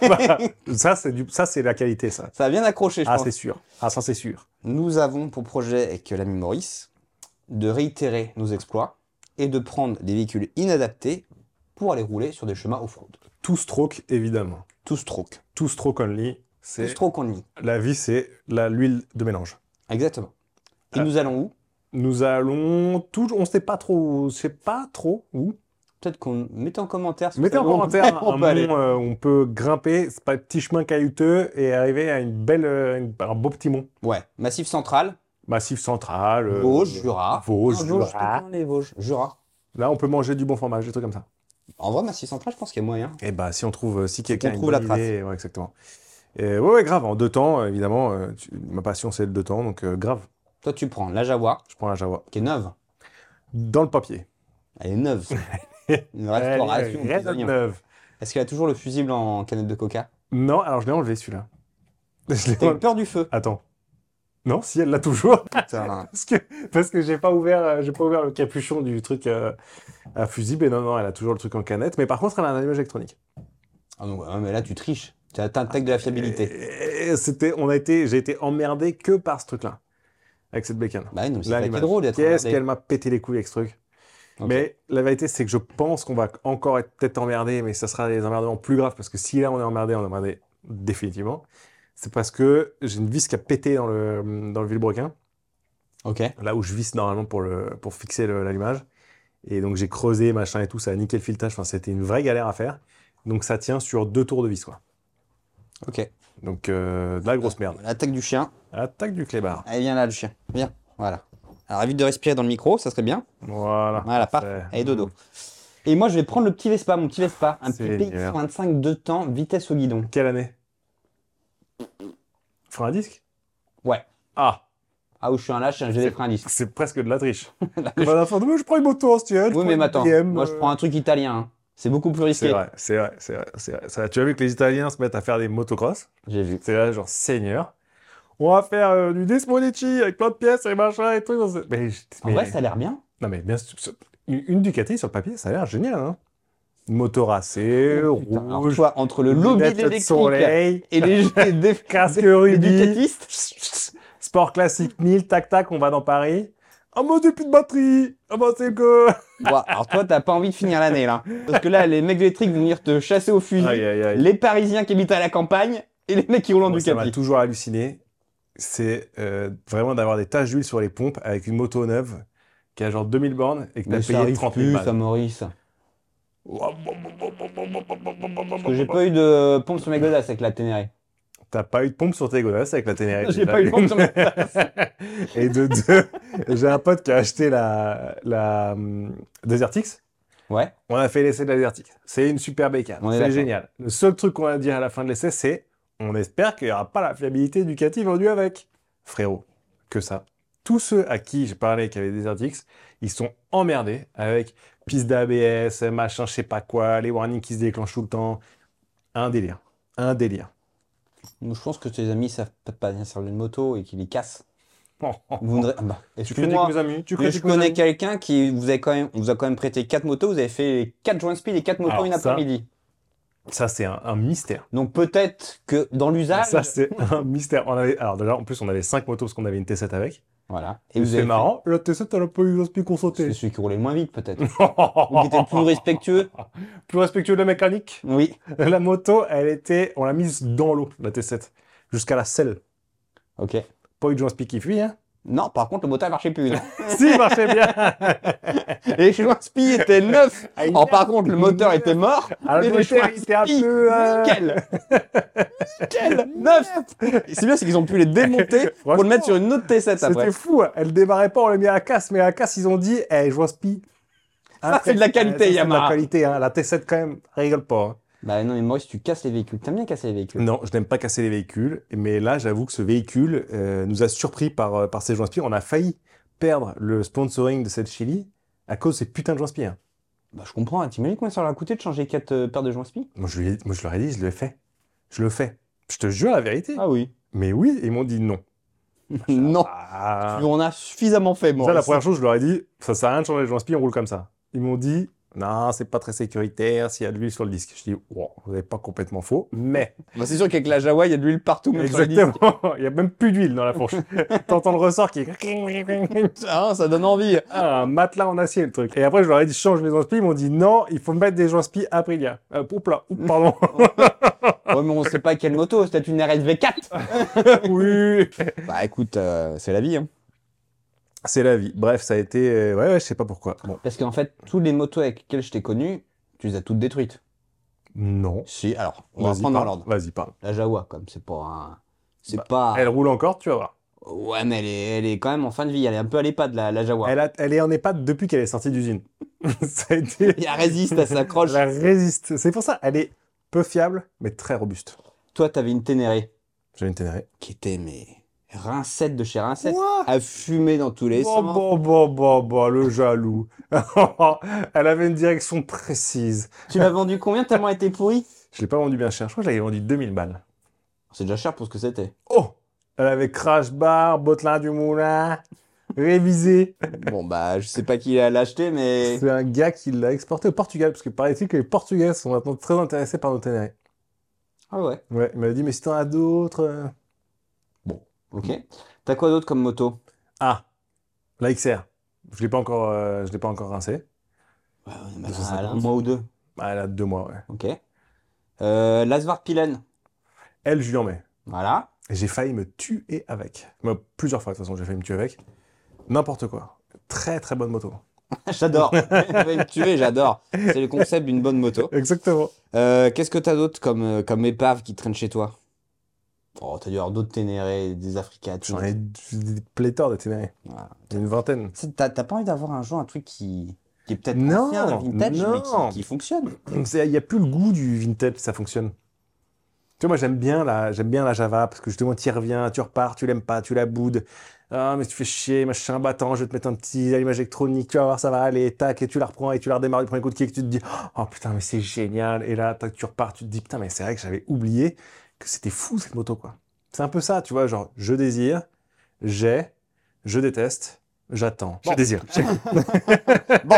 ça, c'est la qualité, ça. Ça a bien accroché, je Ah, pense. c'est sûr. Ah, ça, c'est sûr. Nous avons pour projet avec l'ami Maurice de réitérer nos exploits et de prendre des véhicules inadaptés pour aller rouler sur des chemins off-road. Two stroke, évidemment. Two stroke. Two stroke only. Two C'est stroke only. la vie, c'est l'huile de mélange. Exactement. Et Ah. nous allons où? Nous allons on sait pas trop, où. Peut-être qu'on mettez en commentaire. Mettez en commentaire on un peut aller. mont où on peut grimper, c'est pas un petit chemin caillouteux et arriver à une belle, un beau petit mont. Ouais. Massif central. Massif central. Vosges, Jura. Vosges, Non, Jura. les Vosges. Jura. Là, on peut manger du bon fromage, des trucs comme ça. En vrai, Massif central, je pense qu'il y a moyen. Et bah, si on trouve, si quelqu'un a une trouve la bonne trace. idée, ouais, exactement. Ouais, grave, en 2 temps, évidemment. Ma passion, c'est le 2 temps, donc grave. Toi, tu prends la Jaguar, Je prends la Java. qui est neuve. Dans le papier. Elle est neuve. Une restauration. Elle est petits oignons. neuve. Est-ce qu'il y a toujours le fusible en canette de coca? Non, alors je l'ai enlevé celui-là. Je l'ai T'as eu enlevé. peur du feu. Attends. Non, si, elle l'a toujours. Putain. Parce que j'ai pas ouvert le capuchon du truc à fusible. Et non, elle a toujours le truc en canette. Mais par contre, elle a un allumage électronique. Ah non, ouais, mais là, tu triches. Tu attaques de la fiabilité. Et j'ai été emmerdé que par ce truc-là. Avec cette bécane. Bah oui, non, mais c'est Là, ça qui est l'image. drôle d'être Qu'est-ce emmerdé. qu'elle m'a pété les couilles avec ce truc. Ok. Mais la vérité, c'est que je pense qu'on va encore être peut-être emmerdé, mais ça sera des emmerdements plus graves. Parce que si là, on est emmerdé définitivement. C'est parce que j'ai une vis qui a pété dans le vilebrequin. Ok. Là où je visse normalement pour fixer l'allumage. Et donc j'ai creusé, machin et tout, ça a niqué le filetage. Enfin, c'était une vraie galère à faire. Donc ça tient sur 2 tours de vis, quoi. Ok. Donc de la grosse merde. L'attaque du chien. Attaque du clébard. Allez, viens là, le chien. Viens. Voilà. Alors, évite de respirer dans le micro, ça serait bien. Voilà. Voilà, parfait. Allez, dodo. Et moi, je vais prendre le petit Vespa, mon petit Vespa. Un petit Seigneur. PX25 2 temps, vitesse au guidon. Quelle année? Frein à disque? Ouais. Ah, Ah, où je suis un lâche, j'ai des freins à disque. c'est presque de la triche. Je prends une moto ancienne. Oui, mais attends, moi, je prends un truc italien. Hein. C'est beaucoup plus risqué. C'est vrai. Tu as vu que les Italiens se mettent à faire des motocross? J'ai vu. C'est là, genre, Seigneur. On va faire du Desmonici avec plein de pièces et machin et tout. En vrai, ça a l'air bien. Non, mais bien sûr, une Ducati sur le papier, ça a l'air génial, hein. Une moto racée, Putain, alors, rouge, toi, entre le lobby lunettes de d'électrique soleil, et les casque des rugby, ducatistes. sport classique 1000, tac tac, on va dans Paris. Ah moi j'ai plus de batterie. Ah bah c'est que. Bon, alors toi, t'as pas envie de finir l'année, là. Parce que là, les mecs électriques vont venir te chasser au fusil. Aïe, aïe, aïe. Les Parisiens qui habitent à la campagne et les mecs qui roulent en Moi, ça m'a Ducati. toujours halluciné. C'est vraiment d'avoir des taches d'huile sur les pompes avec une moto neuve qui a genre 2000 bornes et que Mais t'as ça payé arrive 30 000 plus, balles. ça, Maurice. Parce que j'ai pas eu de pompe sur mes godasses avec la Ténéré. T'as pas eu de pompe sur tes godasses avec la Ténéré. J'ai pas eu de pompe sur mes godasses. Et de deux, j'ai un pote qui a acheté la Desert X. Ouais. On a fait l'essai de la Desert X. C'est une super bécane. On est C'est d'accord. génial. Le seul truc qu'on va dire à la fin de l'essai, c'est on espère qu'il n'y aura pas la fiabilité Ducati vendue avec. Frérot, que ça. Tous ceux à qui j'ai parlé qui avaient des Desert X, ils sont emmerdés avec piste d'ABS, machin, je sais pas quoi, les warnings qui se déclenchent tout le temps. Un délire. Un délire. Je pense que tes amis savent peut-être pas bien servir une moto et qu'ils les cassent. Oh, oh, Vous ne- Bah, Tu excuse-moi, critiques mes amis. Tu mais je critiques mes connais amis. quelqu'un qui vous a quand même prêté 4 motos, vous avez fait les 4 joints speed et 4 motos Alors, une ça, après-midi. Ça, c'est un mystère. Donc peut-être que dans l'usage, Ça, c'est un mystère. Alors déjà, en plus, on avait 5 motos parce qu'on avait une T7 avec. voilà. Et c'est marrant, la T7, elle a pas eu l'inspi qu'on C'est sautait. celui qui roulait le moins vite peut-être. Ou qui était le plus respectueux. Plus respectueux de la mécanique. Oui. La moto, on l'a mise dans l'eau, la T7. Jusqu'à la selle. Ok. Pas eu de joint spi qui fuit, hein. Non, par contre le moteur marchait plus. Non. Si, il marchait bien. Et les joints spi étaient neufs. Ah, Alors par contre le moteur était mort. Alors, mais le les moteur, joints il était un spi, peu, nickel. Nickel. Neuf. Et c'est bien, c'est qu'ils ont pu les démonter pour le mettre sur une autre T7 après. C'était fou, hein. Elle démarrait pas, on l'a mis à la casse, mais à la casse, ils ont dit, joint spi. Ça, c'est de la qualité, ça, c'est de Yamaha. la qualité, hein. La T7, quand même, rigole pas, hein. Bah non mais Maurice, tu casses les véhicules. T'aimes bien casser les véhicules. Non, je n'aime pas casser les véhicules, mais là, j'avoue que ce véhicule nous a surpris par ses joints spi. On a failli perdre le sponsoring de cette Chili à cause de ces putains de joints spi, hein. Bah, je comprends, hein. T'imagines combien ça leur a coûté de changer 4 paires de joints spi? Moi, je leur ai dit, je le fais. Je le fais. Je te jure la vérité. Ah oui. Mais oui, ils m'ont dit non. Non, Ah. on a suffisamment fait, Déjà, moi. la première chose, je leur ai dit, ça sert à rien de changer les joints spi, on roule comme ça. Ils m'ont dit, non, c'est pas très sécuritaire s'il y a de l'huile sur le disque. Je dis, wow, vous n'avez pas complètement faux, mais. Bah, c'est sûr qu'avec la Jawa, il y a de l'huile partout, même sur les disques. Exactement, il n'y a même plus d'huile dans la fourche. T'entends le ressort qui est. Ah, ça donne envie. Ah, un matelas en acier, le truc. Et après, je leur ai dit, change les joints spi. Ils m'ont dit, non, il faut mettre des joints spi Aprilia. Oups là, oups, pardon. Ouais, mais on sait pas quelle moto, c'est peut-être une RSV 4. Oui. Bah écoute, c'est la vie, hein. C'est la vie. Bref, ça a été. Ouais, je sais pas pourquoi. Bon. Parce qu'en fait, toutes les motos avec lesquelles je t'ai connu, tu les as toutes détruites. Non. Si, alors, on va Vas-y, prendre dans parle. l'ordre. Vas-y, parle. La Jawa, comme c'est pas un... C'est Bah, pas... Elle roule encore, tu vas voir. Ouais, mais elle est quand même en fin de vie, elle est un peu à l'EHPAD, la Jawa. Elle est en EHPAD depuis qu'elle est sortie d'usine. Ça a été. Elle résiste, elle s'accroche. Elle résiste. C'est pour ça, elle est peu fiable, mais très robuste. Toi, t'avais une Ténéré J'ai une Ténéré. qui était, mais... Rincette de chez Rincette. Quoi? À fumer dans tous les sens. Le jaloux. Elle avait une direction précise. Tu l'as vendu combien tellement elle était pourrie? Je l'ai pas vendu bien cher. Je crois que je l'avais vendu 2000 balles. C'est déjà cher pour ce que c'était. Oh! Elle avait crash bar, Bottelin du Moulin, révisé. Bon, bah, je sais pas qui l'a acheté, mais... C'est un gars qui l'a exporté au Portugal, parce que paraît-il que les Portugais sont maintenant très intéressés par nos Ténéré. Ah ouais, Ouais, il m'avait dit, mais si t'en as d'autres. Bon. ok. T'as quoi d'autre comme moto? Ah, la XR. Je l'ai pas encore rincé. Ouais, ouais, elle a un mois ou deux. Ah, elle a 2 mois, ouais. Ok. Lasvar Pilen. Elle, je lui en mets. Voilà. Et j'ai failli me tuer avec. Moi, plusieurs fois, de toute façon, j'ai failli me tuer avec. N'importe quoi. Très, très bonne moto. J'adore. Tu vas me tuer, j'adore. C'est le concept d'une bonne moto. Exactement. Qu'est-ce que t'as d'autre comme épave qui traîne chez toi? Oh, t'as dû avoir d'autres Ténéré, des Africa. J'en ai des pléthores de Ténéré. Voilà. Une vingtaine. T'as pas envie d'avoir un jour un truc qui est peut-être Non, ancien, vintage, mais non. qui fonctionne. Il n'y a plus le goût du vintage, ça fonctionne. Tu vois, moi, j'aime bien la Java, parce que justement, tu y reviens, tu repars, tu l'aimes pas, tu la boudes. Ah, mais tu fais chier, machin, battant, je vais te mettre un petit allumage électronique, tu vas voir, ça va aller, tac, et tu la reprends, et tu la redémarres du premier coup de kick, tu te dis, oh putain, mais c'est génial. Et là, tac, tu repars, tu te dis, putain, mais c'est vrai que j'avais oublié que c'était fou, cette moto, quoi. C'est un peu ça, tu vois, genre, je désire, j'ai, je déteste, j'attends. Bon. Je désire. Bon,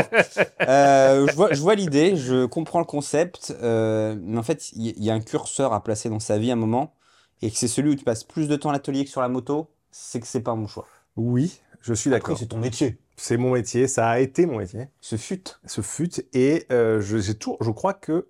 je vois l'idée, je comprends le concept, mais en fait, il y a un curseur à placer dans sa vie à un moment, et que c'est celui où tu passes plus de temps à l'atelier que sur la moto, c'est que c'est pas mon choix. Oui, je suis Après, d'accord. c'est ton métier. C'est mon métier, ça a été mon métier. Ce fut. Ce fut, et je crois que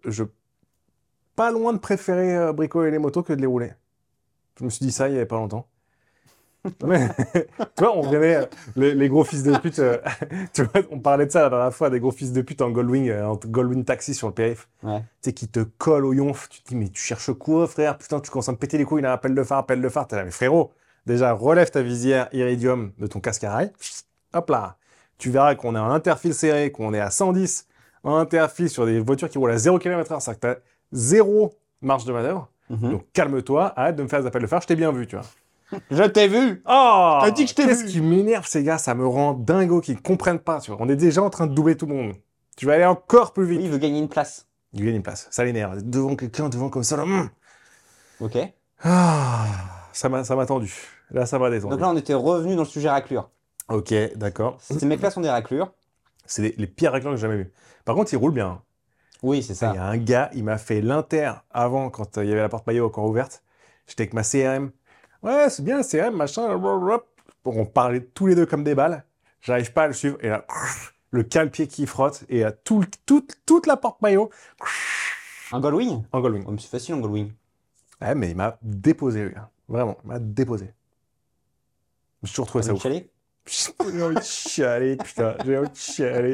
pas loin de préférer bricoler les motos que de les rouler. Je me suis dit ça il y avait pas longtemps. Mais, tu vois, on revenait, les gros fils de pute, tu vois, on parlait de ça la dernière fois, des gros fils de pute en Goldwing taxi sur le périph', Ouais. tu sais, qui te collent au yonf, tu te dis, mais tu cherches quoi, frère? Putain, tu commences à me péter les couilles, il a un appel de phare, t'es là, mais frérot, déjà, relève ta visière Iridium de ton casque à rail, hop là, tu verras qu'on est en interfile serré, qu'on est à 110 en interfile sur des voitures qui roulent à 0 km/h, c'est-à-dire que t'as zéro marge de manœuvre, donc calme-toi, arrête de me faire des appels de phare, je t'ai bien vu, tu vois. Je t'ai vu! Oh, T'as dit que je t'ai qu'est-ce vu. qui m'énerve, ces gars, ça me rend dingo qu'ils ne comprennent pas, tu vois. On est déjà en train de doubler tout le monde. Tu vas aller encore plus Oui, vite. il veut gagner une place. Il gagne une place, ça l'énerve. Devant quelqu'un, devant comme ça, là. Ok. Ah, ça m'a tendu. Là, ça m'a détendu. Donc là, on était revenu dans le sujet raclure. Ok, d'accord. Ces mecs-là sont des raclures. C'est les pires règlements que j'ai jamais vus. Par contre, ils roulent bien. Oui, c'est Il y ça. a un gars, il m'a fait l'inter avant, quand il y avait la porte maillot encore ouverte. J'étais avec ma CRM. Ouais, c'est bien, CRM, machin. On parlait tous les deux comme des balles. J'arrive pas à le suivre. Et là, le cale-pied qui frotte. Et à toute la porte maillot Un Goldwing? en Goldwing. Oh, mais c'est facile, un Goldwing. Ouais, mais il m'a déposé, le gars. Vraiment, il m'a déposé. J'ai toujours trouvé ça ouf. Chalet? J'ai envie de chialer, putain. J'ai envie de chialer.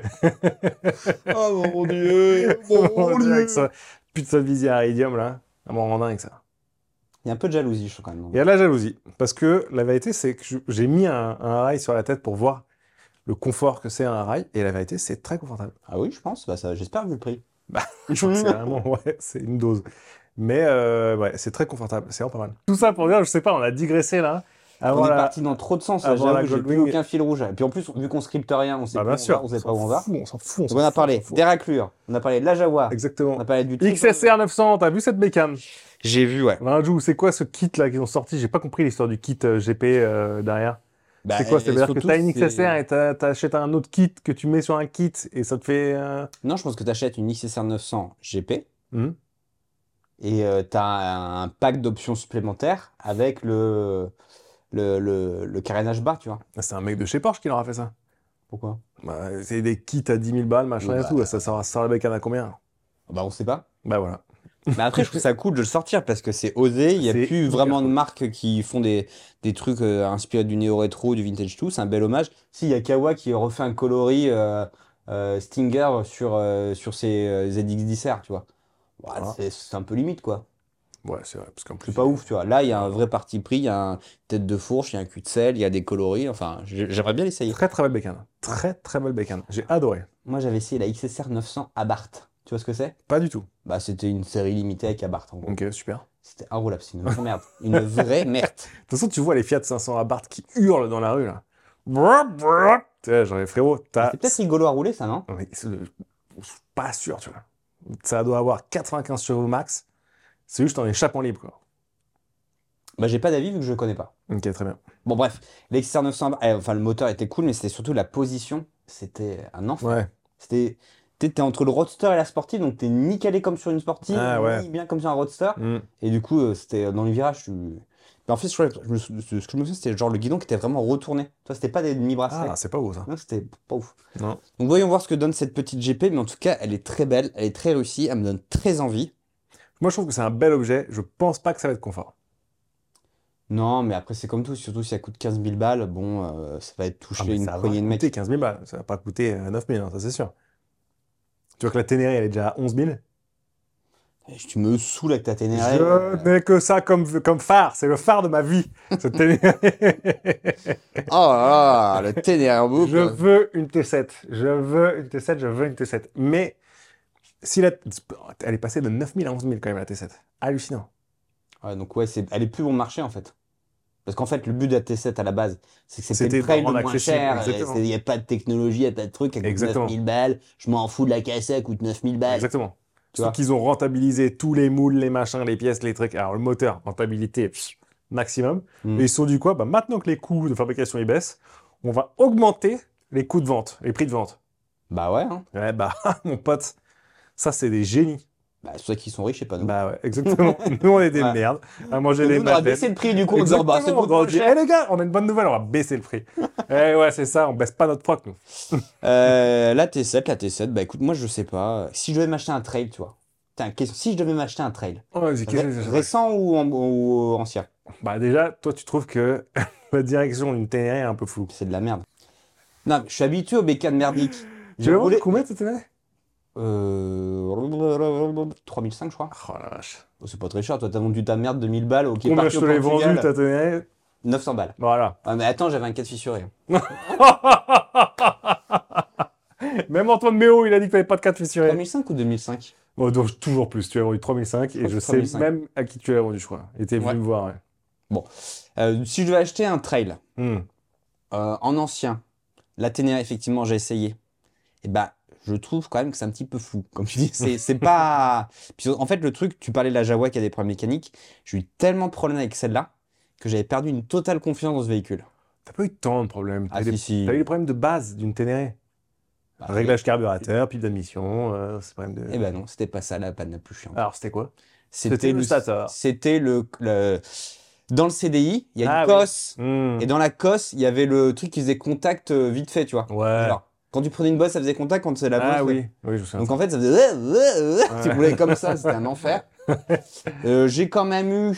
Oh mon dieu! On dirait avec ça. Putain de visière Iridium, là. Ça m'en rend dingue, ça. Il y a un peu de jalousie, je trouve, quand même. Il y a de la jalousie. Parce que la vérité, c'est que j'ai mis un rail sur la tête pour voir le confort que c'est un rail. Et la vérité, c'est très confortable. Ah oui, je pense. Bah, ça, j'espère, vu le prix. Je crois que c'est vraiment, ouais, c'est une dose. Mais ouais, c'est très confortable. C'est vraiment pas mal. Tout ça pour dire, je sais pas, on a digressé là. On est la... parti dans trop de sens, là, avoir la j'avoue, j'ai plus Goldwing. aucun fil rouge. Et puis en plus, vu qu'on scripte rien, on sait Bah, pas bien où on sûr. va, on sait pas où on va. On s'en fout. Donc on a parlé des raclures, on a parlé de la Jaguar, on Exactement. a parlé du XSR 900, t'as vu cette bécane? J'ai vu, ouais. Rajou, c'est quoi ce kit là qu'ils ont sorti? J'ai pas compris l'histoire du kit GP derrière. Bah, C'est quoi? C'est-à-dire que surtout, t'as une c'est- XSR et t'achètes un autre kit que tu mets sur un kit et ça te fait. Non, je pense que tu achètes une XSR 900 GP Hmm. et tu as un pack d'options supplémentaires avec le carénage bas, tu vois. C'est un mec de chez Porsche qui leur a fait ça. Pourquoi? Bah, c'est des kits à 10 000 balles, machin Oui, et bah, tout. Ça sort la bécane à combien? Bah, on sait pas. Bah voilà. Mais après, je trouve ça cool de le sortir parce que c'est osé. Il n'y a C'est plus hyper vraiment de cool. marques qui font des trucs inspirés du néo-rétro, du vintage tout. C'est un bel hommage. Si, il y a Kawa qui refait un coloris Stinger sur ses ZX10R, tu vois. Ouais, Voilà. c'est un peu limite, quoi. Ouais, c'est vrai. Parce qu'en plus. C'est pas ouf, tu vois. Là, il y a un vrai parti pris. Il y a une tête de fourche, il y a un cul de sel, il y a des coloris. Enfin, j'aimerais bien l'essayer. Très très belle bécane. Très très belle bécane. J'ai adoré. Moi, j'avais essayé la XSR 900 Abarth. Tu vois ce que c'est? Pas du tout. Bah, c'était une série limitée avec Abarth, en gros. Ok, super. C'était inroulable, c'est une vraie merde. Une vraie merde. De toute façon, tu vois les Fiat 500 Abarth qui hurlent dans la rue là. Brrr, brrr. Tu sais, genre, frérot, t'as. C'est peut-être rigolo à rouler, ça, non? Mais je suis pas sûr, tu vois. Ça doit avoir 95 chevaux max. C'est juste en échappant libre, quoi. Bah, j'ai pas d'avis vu que je le connais pas. Ok, très bien. Bon, bref, l'XR 900, enfin, le moteur était cool, mais c'était surtout la position. C'était un enfer. Ouais. T'es entre le roadster et la sportive, donc t'es ni calé comme sur une sportive, Ah, ouais. ni bien comme sur un roadster. Hmm. Et du coup, c'était dans les virages. Mais en fait, ce que je me souviens, c'était genre le guidon qui était vraiment retourné. Toi, c'était pas des demi-bracelets. Ah, c'est pas beau ça. Non, c'était pas ouf. Non. Donc, voyons voir ce que donne cette petite GP, mais en tout cas, elle est très belle, elle est très réussie, elle me donne très envie. Moi, je trouve que c'est un bel objet. Je pense pas que ça va être confort. Non, mais après, c'est comme tout, surtout si ça coûte 15 000 balles, bon, ça va être Ah, touché mais une ça va poignée de mecs. coûter 15 000 balles. Ça va pas coûter 9 000, hein, ça c'est sûr. Tu vois que la Ténéré, elle est déjà à 11 000. Tu me saoules avec ta Ténéré. Je n'ai que ça comme phare. C'est le phare de ma vie, cette Ténéré. Oh là là, le Ténéré en boucle. Je veux une T7. Je veux une T7, je veux une T7. Mais si elle est passée de 9 000 à 11 000 quand même, la T7. Hallucinant. Ouais, donc ouais, elle est plus bon marché en fait. Parce qu'en fait, le but de la T7 à la base, c'est que c'était C'était le trail de le rendre moins accessible, cher. exactement. Il n'y a pas de technologie, il n'y a pas de truc, elle coûte Exactement. 9 000 balles. Je m'en fous de la caisse, elle coûte 9 000 balles. Exactement. Tu Sauf vois. qu'ils ont rentabilisé tous les moules, les machins, les pièces, les trucs. Alors, le moteur, rentabilité maximum. Mm. Et ils se sont dit quoi? Bah, maintenant que les coûts de fabrication ils baissent, on va augmenter les coûts de vente, les prix de vente. Bah ouais, hein. Ouais, bah, mon pote, ça, c'est des génies. Bah, ceux qui sont riches, et pas nous. Bah ouais, exactement. Nous, on est des Ouais. merdes à manger Et des nous, on aura madeleines. baissé le prix du coup en disant, bah, c'est Exactement, beaucoup on moins va dire, cher. les gars, on a une bonne nouvelle, on va baisser le prix. Eh ouais, c'est ça, on baisse pas notre proc, nous. La T7, bah écoute, moi je sais pas. Si je devais m'acheter un trail, tu vois. Tiens, si je devais m'acheter un trail, Oh, vas-y, qu'est-ce que c'est ça? récent ou ancien? Bah déjà, toi, tu trouves que la direction d'une Ténéré est un peu floue. C'est de la merde. Non, mais je suis habitué aux bécanes merdiques. Tu J'ai veux roulé. combien cette Ténéré? 3005, je crois. Oh la vache. Oh, c'est pas très cher, toi t'as vendu ta merde de 1000 balles au Combien je te l'ai vendu, ta Ténéré? 900 balles. Voilà. Ah mais attends, j'avais un 4 fissuré. Même Antoine Méo, il a dit que t'avais pas de 4 fissurés. 3005 ou 2005? Oh, donc, toujours plus, tu as vendu 3005 et crois je que sais 3005. même à qui tu l'as vendu, je crois. Il était venu Ouais. me voir, ouais. Si je devais acheter un trail Hmm. en ancien, la Ténéré, effectivement, j'ai essayé. Et bah, je trouve quand même que c'est un petit peu flou. Comme tu dis, c'est pas. Puis, en fait, le truc, tu parlais de la Jaguar qui a des problèmes mécaniques. J'ai eu tellement de problèmes avec celle-là que j'avais perdu une totale confiance dans ce véhicule. T'as pas eu tant de problèmes. Ah, si. T'as eu les problèmes de base d'une Ténéré. Bah, Réglage carburateur, pipe d'admission, c'est problème de... Eh ben non, c'était pas ça la panne la plus chiante. Alors, c'était quoi? C'était le stator. C'était dans le CDI, il y a Ah une oui. cosse. Hmm. Et dans la cosse, il y avait le truc qui faisait contact vite fait, tu vois. Ouais. Genre, quand tu prenais une bosse, ça faisait contact, quand c'est la bosse. Ah oui, oui, je me souviens. Donc en fait, ça faisait. Tu roulais comme ça, c'était un enfer. J'ai quand même eu.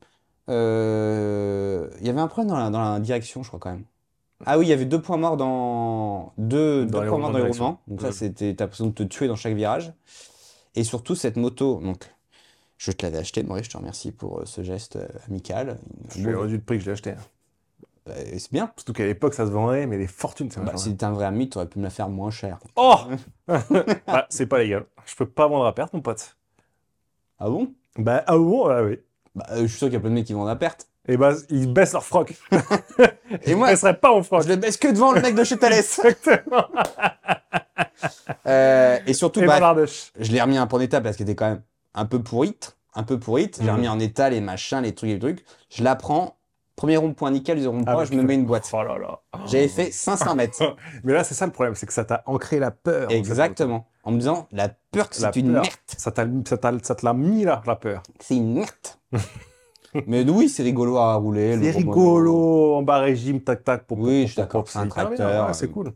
Il y avait un problème dans la direction, je crois, quand même. Ah oui, il y avait 2 points morts deux Dans les points morts roulements dans de les direction. roulements. Donc ça, c'était. T'as l'impression de te tuer dans chaque virage. Et surtout, cette moto. Donc, je te l'avais acheté, Maurice, je te remercie pour ce geste amical. Je lui ai rendu le prix que je l'ai acheté. C'est bien. Surtout qu'à l'époque, ça se vendait, mais des fortunes, ça Bah, machin. si t'es un vrai ami, t'aurais pu me la faire moins cher. Oh Bah, c'est pas légal. Je peux pas vendre à perte, mon pote. Ah bon? Bah, ah bon, ah oui. Bah, je suis sûr qu'il y a plein de mecs qui vendent à perte. Et bah, ils baissent leur froc. Et moi, Ils seraient pas en froc. je le baisse que devant le mec de chez Thalès. Exactement. Et surtout, Et bah, Bangladesh. je l'ai remis un peu en état parce qu'elle était quand même un peu pourrite. Un peu pourrite. J'ai remis en état les machins, les trucs. Je la prends. Premier rond-point nickel, deuxième rond-point, je me mets une boîte. Oh là là. J'avais fait 500 mètres. Mais là, c'est ça le problème, c'est que ça t'a ancré la peur. Exactement. En me disant, la peur, La c'est une peur. merde. Ça te l'a mis là, la peur. C'est une merde. Mais oui, c'est rigolo à rouler. C'est rigolo, en bas régime, tac tac. Oui, je suis d'accord, c'est un hyper bien, tracteur. ouais, c'est cool.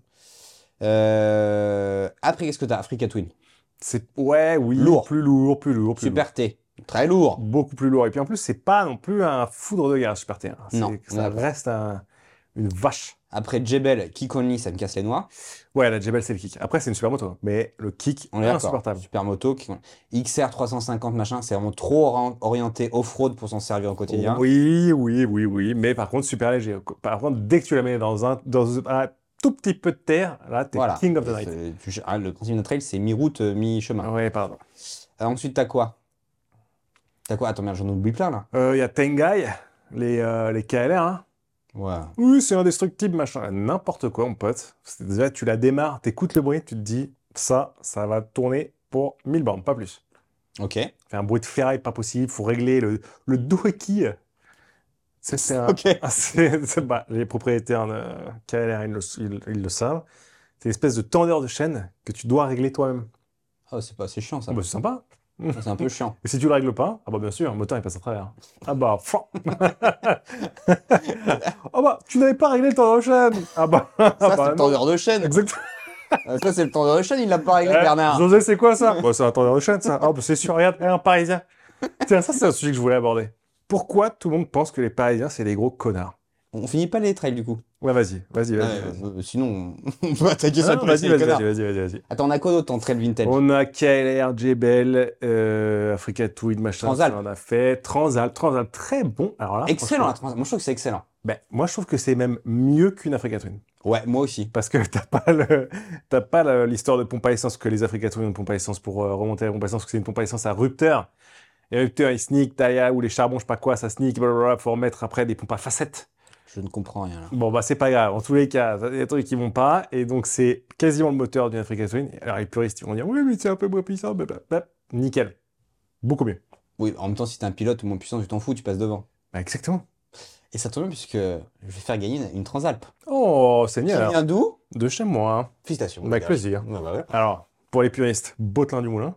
Après, qu'est-ce que t'as? Africa Twin. Ouais, oui, Lourd. plus lourd. Super T. Très lourd. Beaucoup plus lourd. Et puis en plus, c'est pas non plus un foudre de guerre, Super T. Hein. Non, Ça reste une vache. Après Jebel, kick only, ça me casse les noix. Ouais, la Jebel, c'est le kick. Après, c'est une super moto. Mais le kick, On est d'accord. insupportable. Super moto. XR 350, machin, c'est vraiment trop orienté off-road pour s'en servir au quotidien. Oui. Mais par contre, super léger. Par contre, dès que tu la mets dans un tout petit peu de terre, là, t'es Voilà. king of the night. Le principe d'un trail, c'est mi-route, mi-chemin. Ouais, pardon. Ensuite, t'as quoi? Attends, merde, j'en oublie plein, là. Il y a Tengai, les KLR, hein. Ouais. Oui, c'est indestructible, machin. N'importe quoi, mon pote. Déjà, tu la démarres, t'écoutes le bruit, tu te dis, ça va tourner pour 1000 bornes, pas plus. Ok. Fait un bruit de ferraille pas possible, faut régler le doeki. C'est un... Ok. Les propriétaires de KLR, ils le savent. C'est une espèce de tendeur de chaîne que tu dois régler toi-même. Oh, c'est chiant, ça. Bah, c'est sympa. C'est un peu chiant. Et si tu le règles pas, ah bah bien sûr, le moteur il passe à travers. Ah bah, ah bah, tu n'avais pas réglé le tendeur de chaîne. Ah bah, Ça, c'est bah, le tendeur de chaîne. exactement. Ça, c'est le tendeur de chaîne, il l'a pas réglé, Bernard. José, c'est quoi ça? Bah, c'est un tendeur de chaîne, ça. Ah bah, c'est sûr, regarde, un Parisien. Tiens, ça, c'est un sujet que je voulais aborder. Pourquoi tout le monde pense que les Parisiens, c'est des gros connards? On finit pas les trails, du coup. Ouais, vas-y. Sinon, on peut attaquer ça pour Vas-y. Attends, on a quoi d'autre en trail vintage? On a KLR, Jebel, Africa Twin, machin. Transalp. Ça, on a fait. Transalp, très bon. Alors là, Excellent, la Transalp. Moi, je trouve que c'est excellent. ben, moi, je trouve que c'est même mieux qu'une Africa Twin. Ouais, moi aussi. Parce que t'as pas l'histoire de pompe à essence que les Africa Twin ont une pompe à essence pour remonter la pompe à essence, parce que c'est une pompe à essence à rupteur. Et rupteur, il sneak, Taya ou les charbons, je sais pas quoi, ça sneak, blablabla, faut remettre après des pompes à facettes. Je ne comprends rien là. Bon, bah, c'est pas grave. En tous les cas, il y a des trucs qui vont pas. Et donc, c'est quasiment le moteur d'une Africa Twin. Alors, les puristes, ils vont dire, oui, mais c'est un peu moins puissant. Blablabla. Nickel. Beaucoup mieux. Oui, en même temps, si t'es un pilote ou moins puissant, tu t'en fous, tu passes devant. Bah, exactement. Et ça tombe bien puisque je vais faire gagner une Transalp. Oh, Qui Seigneur. vient d'où? De chez moi. Félicitations. Avec plaisir. Ouais, bah ouais. Alors, pour les puristes, Bottelin du Moulin.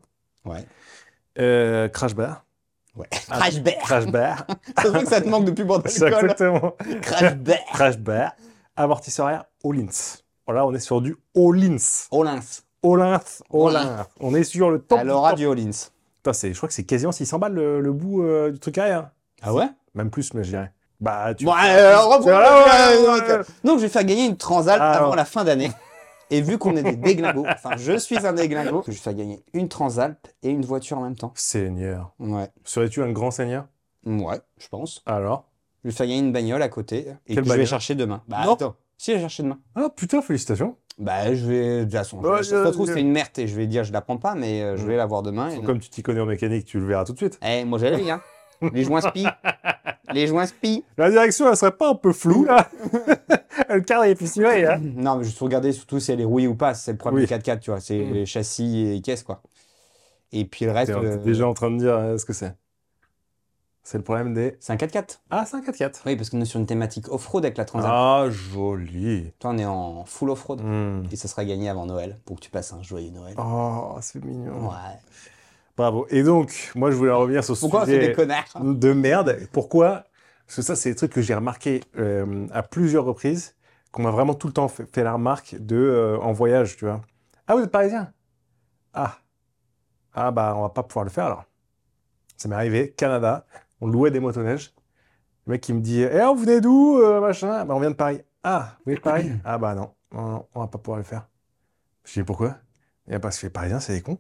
Ouais. Crash Bar. Ouais. Crash Bear. Crash Bar. C'est vrai que ça te manque depuis bord C'est d'alcool. exactement. Crash Bear. Crash Bar. Amortisseur arrière, All-ins. Voilà, on est sur du All-ins. Olins. All-ins. On est sur le top. Alors, du Olins. Putain, je crois que c'est quasiment 600 balles le bout du truc arrière. Ah ouais? Même plus, mais je dirais. Bah, tu. Bon, reprends. Voilà, ouais. Donc, je vais faire gagner une Transalp Ah, avant ouais. la fin d'année. Et vu qu'on est des déglingos, enfin, je suis un déglingo, je vais faire gagner une Transalp et une voiture en même temps. Seigneur. Ouais. Serais-tu un grand seigneur? Ouais, je pense. Alors? Je vais faire gagner une bagnole à côté et Quelle que je vais bagnole? chercher demain. Bah, Non. attends. Si, je vais chercher demain. Ah, putain, félicitations. Bah, je vais. De toute façon, Ouais, si ça se trouve, c'est une merde et je vais dire, je la prends pas, mais je vais la voir demain. Et Comme tu t'y connais en mécanique, tu le verras tout de suite. Eh, moi, j'ai l'œil, hein. Les joints spi. Les joints spi. La direction, elle serait pas un peu floue, là? Le cadre est fissuré, hein? Non, mais juste regarder surtout si elle est rouillée ou pas. C'est le problème Oui. du 4x4, tu vois. C'est les châssis et caisses, quoi. Et puis le reste. T'es déjà en train de dire ce que c'est. C'est le problème des. C'est un 4x4. Ah, c'est un 4x4. Oui, parce qu'on est sur une thématique off-road avec la Transalp. Ah, joli. Toi, on est en full off-road. Hmm. Et ça sera gagné avant Noël pour que tu passes un joyeux Noël. Oh, c'est mignon. Ouais. Bravo. Et donc, moi, je voulais en revenir sur ce Pourquoi on fait sujet des connards? de merde. Pourquoi? Parce que ça, c'est des trucs que j'ai remarqué à plusieurs reprises, qu'on m'a vraiment tout le temps fait la remarque en voyage, tu vois. Ah, vous êtes parisien? Ah. Ah, bah, on va pas pouvoir le faire alors. Ça m'est arrivé, Canada, on louait des motoneiges. Le mec qui me dit, eh, vous venez d'où, machin? Bah, on vient de Paris. Ah, vous venez de Paris? Ah, bah non, on va pas pouvoir le faire. Je dis, pourquoi? Et parce que les Parisiens, c'est des cons.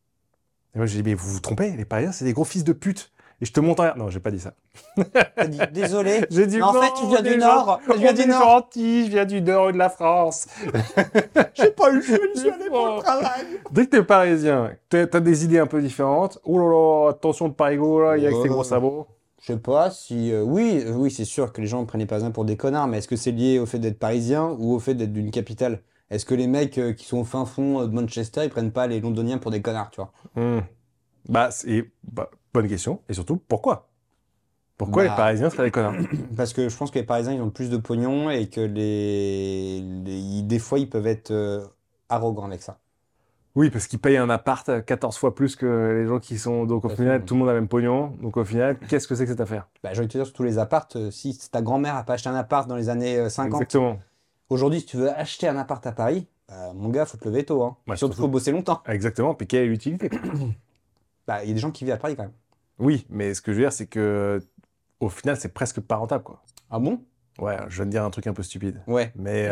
Et moi, j'ai dit, mais vous vous trompez, les Parisiens, c'est des gros fils de pute. Et je te montre rien. Non, j'ai pas dit ça. T'as dit, désolé. J'ai dit, Mais en non, fait, je viens du les Nord. gens- Je viens on du est Nord. gentil, je viens du Nord de la France. J'ai pas eu le choix, je suis allé pour le travail. Dès que t'es parisien, t'as des idées un peu différentes. Oh là là, attention de Parigo, là, il y a avec ses gros sabots. Je sais pas si... oui, c'est sûr que les gens prennent les Parisiens pour des connards, mais est-ce que c'est lié au fait d'être parisien ou au fait d'être d'une capitale? Est-ce que les mecs qui sont au fin fond de Manchester, ils prennent pas les Londoniens pour des connards, tu vois? Hmm. Bonne question. Et surtout, pourquoi? Pourquoi les Bah, Parisiens seraient des connards? parce que je pense que les Parisiens, ils ont plus de pognon et que des fois, ils peuvent être arrogants avec ça. Oui, parce qu'ils payent un appart 14 fois plus que les gens qui sont. Donc au De toute final, façon, tout le monde a le même pognon. Donc au final, qu'est-ce que c'est que cette affaire? bah, j'ai envie de te dire, sur tous les apparts, si ta grand-mère a pas acheté un appart dans les années 50, Exactement. aujourd'hui, si tu veux acheter un appart à Paris, mon gars, faut te lever tôt, hein. Ouais, Surtout, faut bosser longtemps. Exactement. Puis quelle est l'utilité, quoi? Bah, il y a des gens qui vivent à Paris quand même. Oui, mais ce que je veux dire, c'est que au final, c'est presque pas rentable, quoi. Ah bon? Ouais, je viens de dire un truc un peu stupide. Ouais. Mais,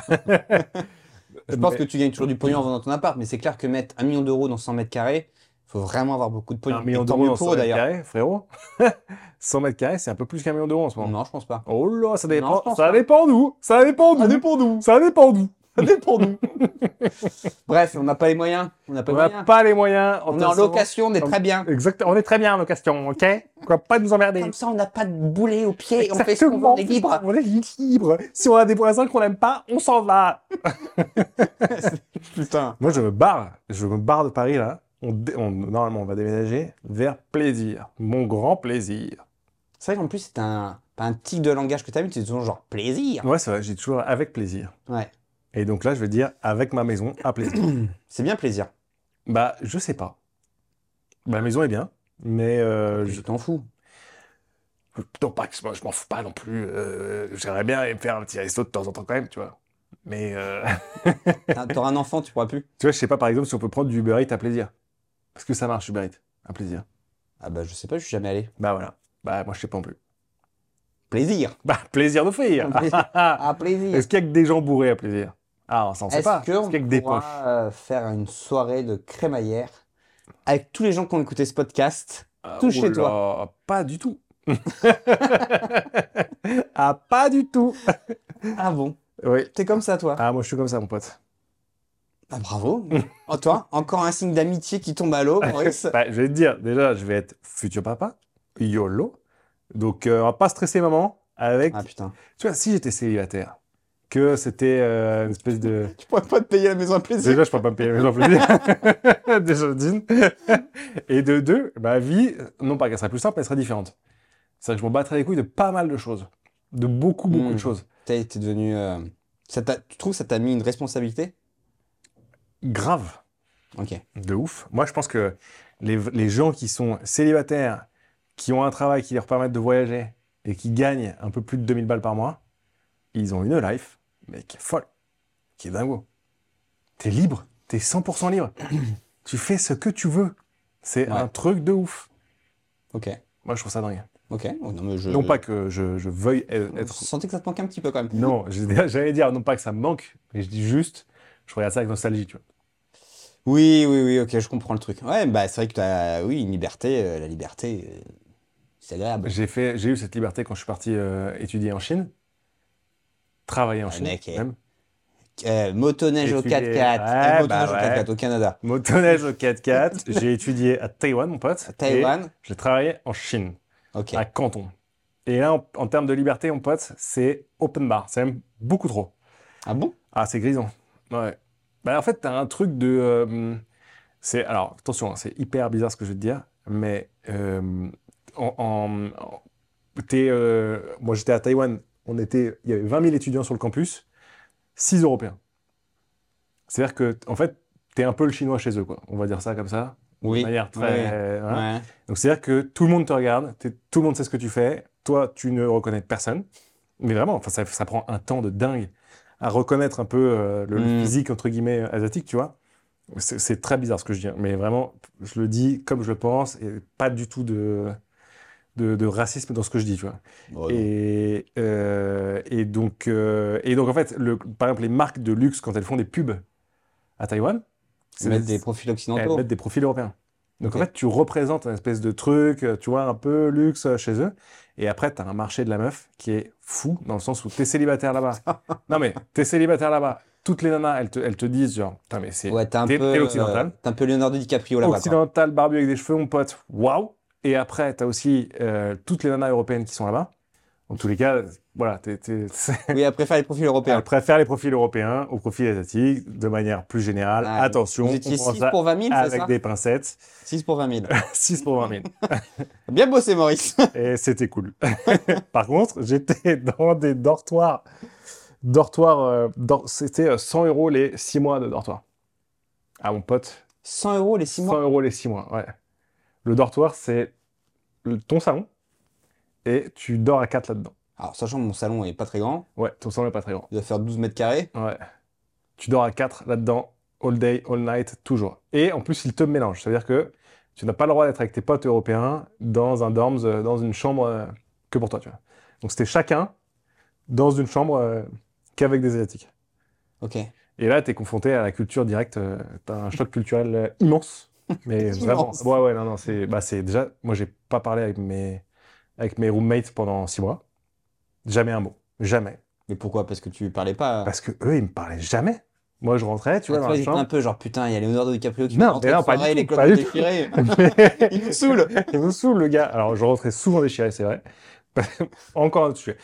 Je pense mais que tu gagnes toujours du pognon en vendant ton appart, mais c'est clair que mettre 1 million d'euros dans 100 mètres carrés, faut vraiment avoir beaucoup de 1 pognon. million Et tant d'euros mieux dans pour 100 eux mètres d'ailleurs. carrés, frérot. 100 mètres carrés, c'est un peu plus qu'un million d'euros en ce moment. Non, je pense pas. Oh là, ça Non, dépend. je pense Ça pas. dépend d'où. Ça dépend d'où. Ça dépend d'où. Ça dépend d'où. Ça dépend d'où. Bref, on n'a pas les moyens. On n'a pas On les n'a moyens. pas les moyens. On est en location, on est très bien. Exactement. On est très bien en location, ok? Quoi, pas nous emmerder. Comme ça, on n'a pas de boulet au pied. On fait ce qu'on veut, on est libre. On est libre. Si on a des voisins qu'on n'aime pas, on s'en va. Putain. Moi, je me barre. Je me barre de Paris, là. Normalement, on va déménager vers plaisir. Mon grand plaisir. C'est vrai qu'en plus, c'est pas un tic de langage que tu as mis, c'est toujours genre plaisir. Ouais, c'est vrai, j'ai toujours avec plaisir. Ouais. Et donc là, je vais dire avec ma maison à plaisir. C'est bien plaisir. Bah, je sais pas. Ma maison est bien, mais Je t'en fous. non, pas que je m'en fous pas non plus. J'aimerais bien me faire un petit resto de temps en temps quand même, tu vois. Mais T'auras un enfant, tu pourras plus. tu vois, je sais pas par exemple si on peut prendre du Uber Eats à plaisir. Parce que ça marche Uber Eats à plaisir. Ah bah je sais pas, je suis jamais allé. Bah voilà. Bah moi je sais pas non plus. Plaisir. Bah plaisir d'offrir. Ah, plaisir. Est-ce qu'il y a que des gens bourrés à plaisir? Ah, ça on sait pas. Est-ce qu'on qu'il y a que des poches? pourra faire une soirée de crémaillère avec tous les gens qui ont écouté ce podcast, tout chez toi? Là, pas du tout. Ah, pas du tout. Ah bon? Oui. T'es comme ça, toi? Ah, moi je suis comme ça, mon pote. Ah bravo. Oh, toi, encore un signe d'amitié qui tombe à l'eau, Maurice. Bah, je vais te dire, déjà, je vais être futur papa, YOLO. Donc, on va pas stresser maman avec. Ah putain. Tu vois, si j'étais célibataire, que c'était une espèce de. Tu pourrais pas te payer la maison à plaisir. Déjà, je pourrais pas me payer la maison plaisir. Déjà, d'une. Et de deux, ma vie, non pas qu'elle serait plus simple, elle serait différente. C'est-à-dire que je m'en battrais les couilles de pas mal de choses. De beaucoup de choses. T'es devenu. Tu trouves que ça t'a mis une responsabilité? Grave. Ok. De ouf. Moi, je pense que les gens qui sont célibataires, qui ont un travail qui leur permet de voyager et qui gagnent un peu plus de 2000 balles par mois, ils ont une life, mais qui est folle, qui est dingo. T'es libre, t'es 100% libre. Tu fais ce que tu veux. C'est Ouais. un truc de ouf. Ok. Moi, je trouve ça dingue. Ok. Oh, non, mais Non pas que je veuille Je être... sentais que ça te manquait un petit peu quand même. Non, j'allais dire non pas que ça me manque, mais je dis juste, je regarde ça avec nostalgie, tu vois. Oui, ok, je comprends le truc. Ouais, bah c'est vrai que t'as, oui, une liberté, la liberté, c'est agréable. J'ai eu cette liberté quand je suis parti étudier en Chine, travailler en Chine, Mec, même. motoneige au Étudier- 4x4, Ouais, motoneige bah au ouais. 4x4 au Canada. Motoneige au 4x4. J'ai étudié à Taïwan, mon pote. Taïwan. Et j'ai travaillé en Chine, Ok. à Canton. Et là, en termes de liberté, mon pote, c'est open bar. C'est même beaucoup trop. Ah bon? Ah, c'est grisant. Ouais. Bah, en fait, t'as un truc de... alors, attention, hein, c'est hyper bizarre ce que je vais te dire, mais moi, j'étais à Taïwan. Il y avait 20 000 étudiants sur le campus, 6 Européens. C'est-à-dire que, en fait, t'es un peu le chinois chez eux, quoi. On va dire ça comme ça. Oui. De manière très... Ouais. voilà. Ouais. Donc, c'est-à-dire que tout le monde te regarde, tout le monde sait ce que tu fais. Toi, tu ne reconnais personne. Mais vraiment, enfin, ça prend un temps de dingue à reconnaître un peu le physique, entre guillemets, asiatique, tu vois. C'est très bizarre ce que je dis. Mais vraiment, je le dis comme je le pense et pas du tout de racisme dans ce que je dis, tu vois. Oh, non. Et donc, en fait, par exemple, les marques de luxe, quand elles font des pubs à Taïwan, Ils mettent des profils elles occidentaux. mettent des profils européens. Donc Ok. en fait, tu représentes un espèce de truc, tu vois, un peu luxe chez eux. Et après, tu as un marché de la meuf qui est fou, dans le sens où tu es célibataire là-bas. Non mais, tu es célibataire là-bas. Toutes les nanas, elles te disent genre, putain mais c'est... Ouais, T'es occidental. t'es un peu Leonardo DiCaprio là-bas, quoi. Occidental, barbu avec des cheveux, mon pote. Waouh! Et après, tu as aussi toutes les nanas européennes qui sont là-bas. En tous les cas, voilà, Oui, elle préfère les profils européens. elle préfère les profils européens aux profils asiatiques de manière plus générale. Ah, Attention, vous étiez on prend 6 ça pour 20 000, c'est avec ça? des pincettes. 6 pour 20 000. 6 pour 20 000. Bien bossé, Maurice. Et c'était cool. Par contre, j'étais dans des dortoirs. C'était 100 € les 6 mois de dortoir. Ah, mon pote. 100 € les 6 100 mois. € les 6 mois, ouais. Le dortoir, c'est ton salon et tu dors à 4 là-dedans. Alors, sachant que mon salon est pas très grand, Ouais, ton salon n'est pas très grand. il doit faire 12 mètres carrés. Ouais. Tu dors à 4 là-dedans, all day, all night, toujours. Et en plus, ils te mélangent. C'est-à-dire que tu n'as pas le droit d'être avec tes potes européens dans un dorms, dans une chambre que pour toi, tu vois. Donc c'était chacun dans une chambre qu'avec des Asiatiques. Ok. Et là, tu es confronté à la culture directe. Tu as un choc culturel immense. Mais vraiment. Immense. Ouais, ouais, non, non. C'est déjà. Moi, j'ai pas parlé avec mes roommates pendant 6 mois. Jamais un mot. Jamais. Mais pourquoi? Parce que tu parlais pas. Parce que eux, ils me parlaient jamais. Moi, je rentrais, tu vois, Ah, dans toi, la ils étaient chambre. un peu genre putain, il y a Leonardo DiCaprio qui Non, rentre mais non, pas foiré, du les tout, clopes pas du déchirées. Mais- Il nous saoule. Il me saoule, le gars. Alors, je rentrais souvent déchiré, c'est vrai. Encore un sujet.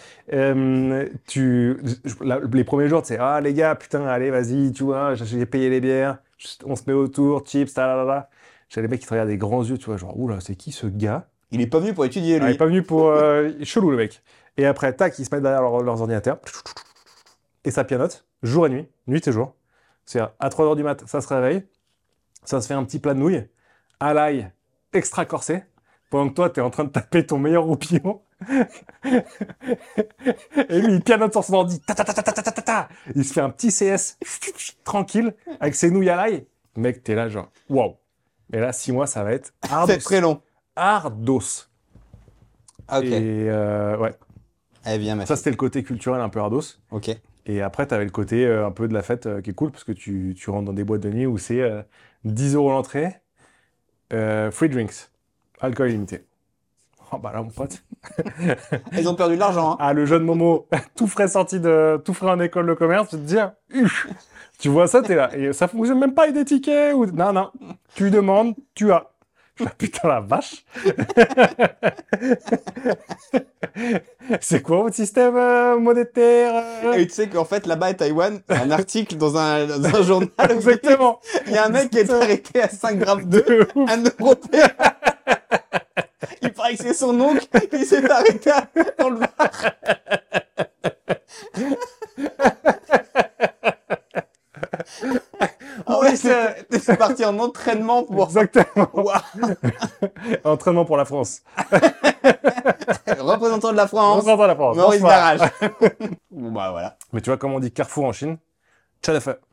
Les premiers jours, tu sais, ah les gars, putain, allez, vas-y, tu vois, j'ai payé les bières, on se met autour, chips, talalala. J'ai les mecs qui te regardent des grands yeux, tu vois, genre, oula, c'est qui ce gars? Il est pas venu pour étudier, Ah, il est lui. pas venu pour. Chelou, le mec. Et après, tac, ils se mettent derrière leurs ordinateurs, et ça pianote, jour et nuit, nuit et jour. C'est-à-dire, à 3 h du mat, ça se réveille, ça se fait un petit plat de nouilles, à l'ail, extra corsé, pendant que toi, t'es en train de taper ton meilleur roupillon. Et lui, il pianote sur son ordi. Ta, ta, ta, ta, ta, ta, ta, ta. Il se fait un petit CS tranquille avec ses nouilles à l'ail. Mec, t'es là, genre, waouh. Mais là, 6 mois, ça va être C'est ardos. très long. Ardos. Ah, ok. Et ouais, Eh bien, ma ça, fille. c'était le côté culturel un peu ardos. Ok. Et après, t'avais le côté un peu de la fête qui est cool parce que tu rentres dans des boîtes de nuit où c'est 10 € l'entrée, free drinks, alcool illimité. Oh bah là, mon pote. Ils ont perdu de l'argent, hein. Ah, le jeune Momo, tout frais tout frais en école de commerce, tu te dis, tu vois ça, t'es là. Et ça fonctionne même pas avec des tickets ou... Non, non. Tu demandes, tu as. Ah, putain, la vache. C'est quoi votre système monétaire Et tu sais qu'en fait, là-bas à Taïwan, il y a un article dans un journal. Exactement. Il y a un mec qui est arrêté à 5 grammes De de ouf. un Européen. Il paraît que c'est son oncle qui s'est arrêté dans le bar. Ah ouais, c'est parti en entraînement pour... Exactement. Ouah. Entraînement pour la France. Représentant de la France, Représentant de la France. Maurice Bonsoir. Garage. Bon bah voilà. Mais tu vois comment on dit Carrefour en Chine? Che de feu.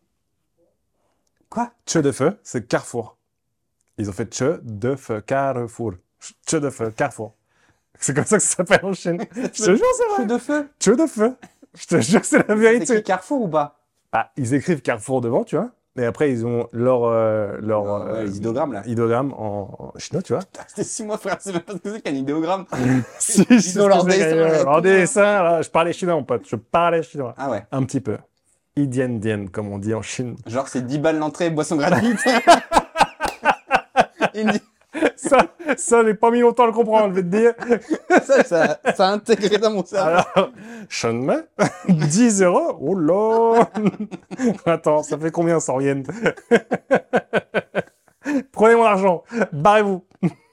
Quoi? Che de feu, c'est Carrefour. Ils ont fait Che de feu, Carrefour. Che de feu, Carrefour. C'est comme ça que ça s'appelle en Chine. Je te jure, c'est Feu vrai. de feu. Che de feu. Je te jure, c'est la C'est vérité. écrit Carrefour ou pas? Ah, ils écrivent Carrefour devant, tu vois. Et après, ils ont Les idéogrammes là. idéogramme en chinois, tu vois. C'était 6 mois frère, c'est même pas ce que c'est qu'un idéogramme. Si, Ils ont leur dessin, Leur tout, dessin, là, je parlais chinois, mon pote. Je parlais chinois. Ah ouais. Un petit peu. Idian Dien, comme on dit en Chine. Genre c'est 10 balles l'entrée, boisson gratuite. Il me dit, Ça, j'ai pas mis longtemps à le comprendre, je vais te dire. ça a intégré dans mon cerveau. Alors, Shenmue, 10 €. Oh là. Attends, ça fait combien 100 yens? Prenez mon argent, barrez-vous.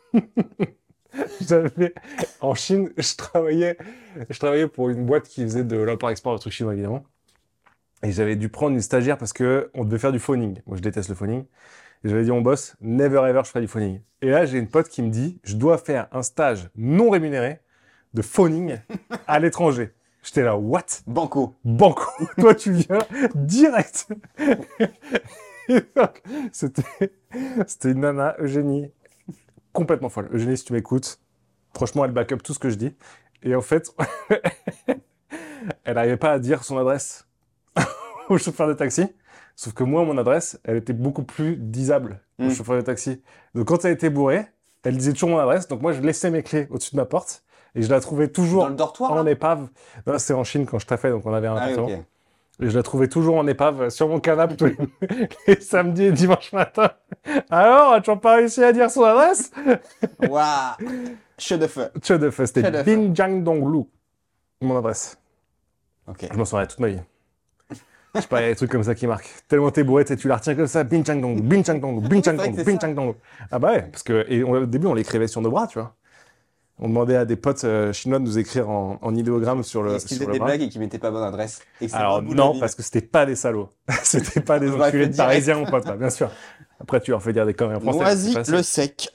En Chine, je travaillais pour une boîte qui faisait de l'import-export de trucs chinois, évidemment. Et j'avais dû prendre une stagiaire parce que on devait faire du phoning. Moi, je déteste le phoning. Et j'avais dit à mon boss, never ever, je ferai du phoning. Et là, j'ai une pote qui me dit, je dois faire un stage non rémunéré de phoning à l'étranger. J'étais là, what? Banco. Banco, toi tu viens direct. Et donc, c'était une nana, Eugénie, complètement folle. Eugénie, si tu m'écoutes, franchement, elle back up tout ce que je dis. Et en fait, elle n'arrivait pas à dire son adresse au chauffeur de taxi. Sauf que moi, mon adresse, elle était beaucoup plus disable au chauffeur de taxi. Donc quand elle était bourrée, elle disait toujours mon adresse. Donc moi, je laissais mes clés au-dessus de ma porte. Et je la trouvais toujours Dans le dortoir en là épave. Non, c'est en Chine quand je taffais, donc on avait un Ah oui, appartement. ok. Et je la trouvais toujours en épave sur mon canapé tous les samedis et dimanches matin. Alors, tu n'as toujours pas réussi à dire son adresse? Waouh. Shut the fuck. C'était Chef-d'œuvre. Binjang-Donglu, mon adresse. Ok. Je m'en souviendrai toute ma vie. Je sais pas, il y a des trucs comme ça qui marquent. Tellement t'es bourré, tu la retiens comme ça, Binchang-Donglu, Binchang-Donglu, Binchang-Donglu, c'est ça. Binchang-Donglu. Ah bah ouais, parce que au début, on l'écrivait sur nos bras, tu vois. On demandait à des potes chinois de nous écrire en idéogrammes sur le, Est-ce qu'ils sur faisaient le des bras. blagues et qu'ils mettaient pas bonne adresse? Et que c'est Alors pas le bout de la non, ville. parce que c'était pas des salauds. C'était pas des J'aurais enculés fait de direct. parisiens, mon pote, là, bien sûr. Après, tu leur fais dire des conneries en français. c'est Noisy facile. le sec.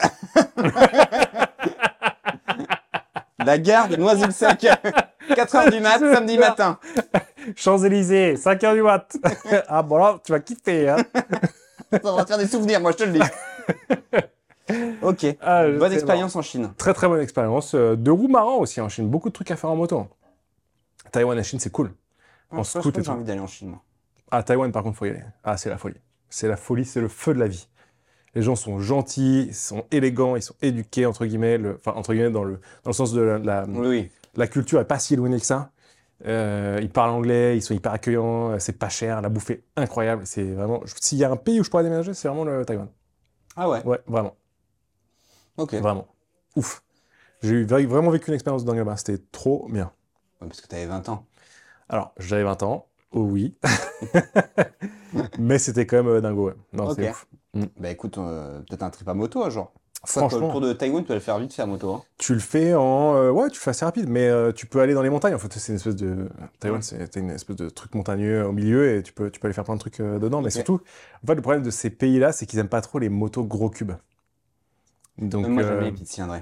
La gare de Noisy-le-Sec. 4h du mat, samedi Super. matin. Champs-Élysées, 5h du mat. Ah bon là, tu vas kiffer, hein. Ça va te faire des souvenirs, moi je te le dis. Ok. Ah, Bonne c'est expérience en Chine. Très très bonne expérience. De roues marrant aussi en Chine. Beaucoup de trucs à faire en moto. Taïwan et Chine, c'est cool. En Je pense scoot que et j'ai tout. envie d'aller en Chine, moi. Ah, Taïwan, par contre, faut y aller. Ah, c'est la folie. C'est la folie, c'est le feu de la vie. Les gens sont gentils, ils sont élégants, ils sont éduqués, entre guillemets. Enfin, entre guillemets, dans le sens de Oui. la culture est pas si éloignée que ça. Ils parlent anglais, ils sont hyper accueillants, c'est pas cher, la bouffe est incroyable. C'est vraiment. S'il y a un pays où je pourrais déménager, c'est vraiment le Taïwan. Ah ouais. Ouais, vraiment. Ok. Ouais, Vraiment. Ouf. Vraiment vécu une expérience dingue là-bas. C'était trop bien. parce que t'avais 20 ans. Alors, j'avais 20 ans. Oh oui. Mais c'était quand même dingo, ouais. Non, Ok. c'est ouf. Bah écoute, peut-être un trip à moto, hein, genre. Franchement. Le tour de Taïwan, tu vas le faire vite fait à moto. Hein. Tu le fais ouais, tu le fais assez rapide, mais tu peux aller dans les montagnes. En fait, c'est une espèce de. Taïwan, c'est une espèce de truc montagneux au milieu et tu peux aller faire plein de trucs dedans. Mais Ok. surtout, en fait, le problème de ces pays-là, c'est qu'ils aiment pas trop les motos gros cubes. Donc, Moi, j'aime bien les petites cylindrées.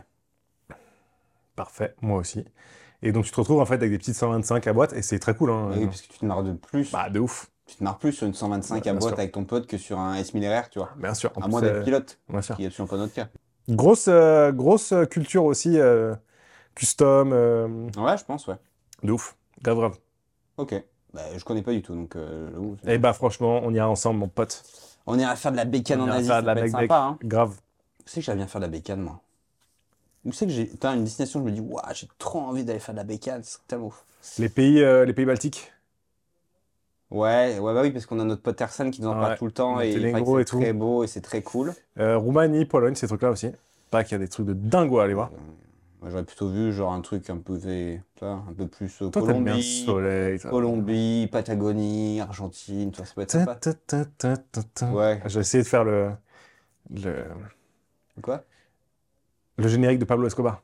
parfait, moi aussi. Et donc, tu te retrouves en fait avec des petites 125 à boîte et c'est très cool. Hein, Oui, parce que tu te marres de plus. Bah, de ouf. Tu te marres plus sur une 125 Ouais, à bien boîte sûr. avec ton pote que sur un S1000 RR, tu vois. Bien sûr. En À plus, moins d'être pilote, bien sûr. qui est absolument pas notre cas. Grosse culture aussi, custom, Ouais, je pense, ouais. de ouf. Grave, grave. Ok. Bah, je connais pas du tout, donc j'avoue, Et bah, franchement, on ira ensemble, mon pote. on ira faire de la bécane On en ira Asie, faire ça de la peut être bec-bec. sympa, hein. Grave. Où c'est que j'aimerais bien faire de la bécane, moi? Où c'est que j'ai... Putain, une destination, je me dis, waouh, j'ai trop envie d'aller faire de la bécane, c'est tellement ouf. Les pays baltiques. Ouais, bah oui, parce qu'on a notre pote Ersan qui nous en parle Ouais, tout le temps et il paraît Monténégro que et c'est tout. très beau et c'est très cool. Roumanie, Pologne, ces trucs-là aussi. Pas qu'il y a des trucs de dingo à aller voir. Moi, j'aurais plutôt vu genre un truc un peu, tu vois, un peu plus Toi, t'aimes bien le Colombie, soleil. toi. Colombie, Patagonie, Argentine, tu vois, ça peut être sympa. Ouais. J'ai essayé de faire le, Quoi? le générique de Pablo Escobar.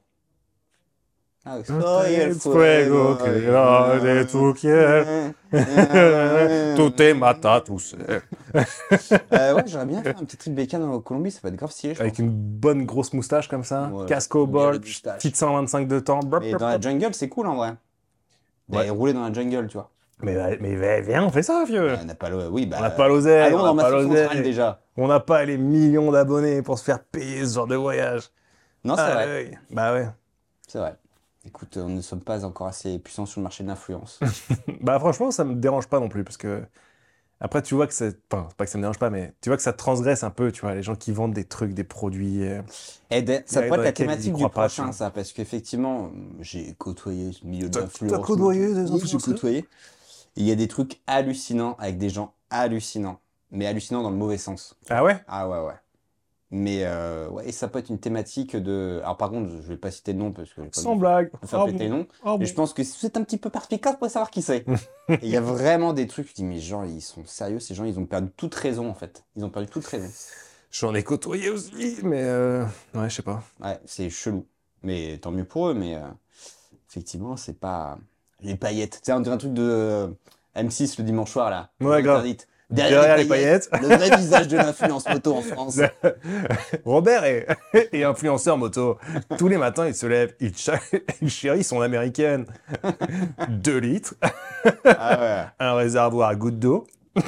Ah, Soy el fuego que arde tu piel. Tout te mata, tout seul. Ouais, j'aurais bien fait un petit trip bécane en Colombie, ça peut être grave stylé, je Avec pense. une bonne grosse moustache comme ça, Ouais, casque bien au bol, la moustache. petite 125 de temps. Mais dans la jungle, c'est cool en vrai. D'aller Ouais. rouler dans la jungle, tu vois. Mais viens, on fait ça, vieux. On n'a pas oui, bah. On n'a pas l'oseille, Allons on dans n'a pas Massif Central l'oseille. déjà. On n'a pas les millions d'abonnés pour se faire payer ce genre de voyage. Non, c'est vrai. Ouais. Bah ouais. C'est vrai. Écoute, on ne sommes pas encore assez puissants sur le marché de l'influence. Bah franchement, ça me dérange pas non plus parce que après tu vois que c'est, enfin c'est pas que ça me dérange pas, mais tu vois que ça transgresse un peu, tu vois, les gens qui vendent des trucs, des produits. Et ça Ouais, pourrait dans être la lesquels ils thématique du croient pas, prochain, tu vois. ça, parce qu'effectivement, j'ai côtoyé ce milieu de T'as l'influence. côtoyé des Oui, j'ai influenceurs côtoyé. Il y a des trucs hallucinants avec des gens hallucinants, mais hallucinants dans le mauvais sens. Ah ouais? Ah ouais. Mais ouais, et ça peut être une thématique de. Alors par contre, je vais pas citer de nom parce que je vais pas Sans blague. me faire péter le nom. Ah Mais bon. je pense que si vous êtes un petit peu perspicace, vous pourrez savoir qui c'est. Et il y a vraiment des trucs, je dis, mais genre, ils sont sérieux, ces gens, ils ont perdu toute raison en fait. Ils ont perdu toute raison. J'en ai côtoyé aussi, mais ouais, je sais pas. Ouais, c'est chelou. Mais tant mieux pour eux, mais effectivement, c'est pas. Les paillettes. Tu sais, on dirait un truc de M6 le dimanche soir là. Ouais, grave. Interdite. Derrière les paillettes. Le vrai visage de l'influence moto en France. Robert est influenceur moto. Tous les matins, il se lève, il chérit son américaine. 2 litres, Ah ouais. un réservoir à gouttes d'eau.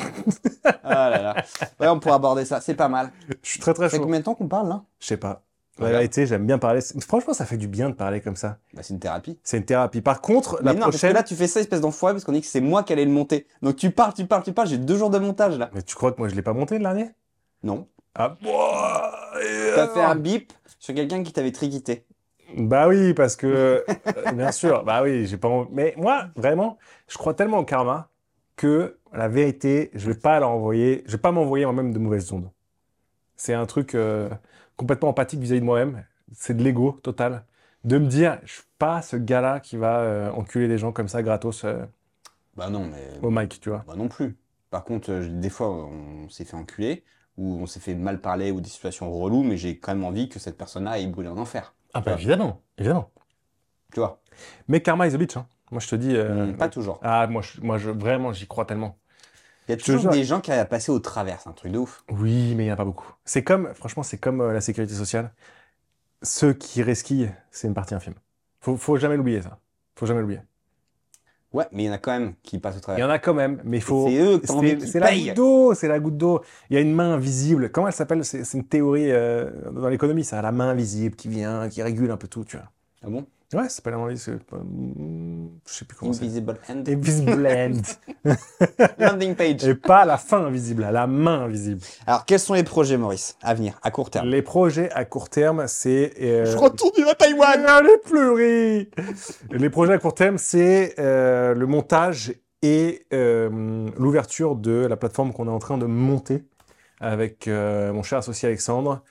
Ah là là. Ouais, on pourra aborder ça. C'est pas mal. Je suis très très Ça fait chaud. combien de temps qu'on parle là? Je sais pas. La Regarde. vérité, j'aime bien parler. Franchement, ça fait du bien de parler comme ça. Bah, c'est une thérapie. C'est une thérapie. Par contre, Mais la non, parce que prochaine. là, tu fais ça, espèce d'enfoiré, parce qu'on dit que c'est moi qui allais le monter. Donc tu parles, j'ai 2 jours de montage là. Mais tu crois que moi, je l'ai pas monté le dernier? Non. Ah, boah, T'as fait un bip sur quelqu'un qui t'avait triquité. Bah oui, parce que. Bien sûr, bah oui, j'ai pas Mais moi, vraiment, je crois tellement au karma que la vérité, je vais pas m'envoyer moi-même de mauvaises ondes. C'est un truc complètement empathique vis-à-vis de moi-même. C'est de l'ego total. De me dire, je suis pas ce gars-là qui va enculer des gens comme ça gratos Bah non, mais au mic, tu vois. moi non plus. Par contre, des fois, on s'est fait enculer, ou on s'est fait mal parler, ou des situations reloues, mais j'ai quand même envie que cette personne-là aille brûler en enfer. Ah Tu bah vois. évidemment, évidemment. Tu vois. Mais karma is a bitch, hein. Moi je te dis... Pas toujours. Ah, vraiment, j'y crois tellement. Il y a Je te toujours jure. des gens qui arrivent à passer au travers, c'est un truc de ouf. Oui, mais il n'y en a pas beaucoup. C'est comme, franchement, c'est comme la sécurité sociale. Ceux qui resquillent, c'est une partie infime. Faut jamais l'oublier, ça. Faut jamais l'oublier. Ouais, mais il y en a quand même qui passent au Il y travers. en a quand même, mais il Et faut. c'est eux que t'as envie qu'ils C'est la goutte payent. d'eau, c'est la goutte d'eau. Il y a une main invisible. Comment elle s'appelle? C'est une théorie dans l'économie, ça. La main invisible qui vient, qui régule un peu tout, tu vois. Ah bon? Ouais, ça s'appelle un je sais plus comment c'est. Invisible Hand. Invisible Hand. Landing page. Et pas la fin invisible, la main invisible. Alors, quels sont les projets, Maurice, à venir, à court terme? Les projets à court terme, c'est. Je retourne à Taïwan. Allez pleurer. Les projets à court terme, c'est le montage et l'ouverture de la plateforme qu'on est en train de monter avec mon cher associé Alexandre.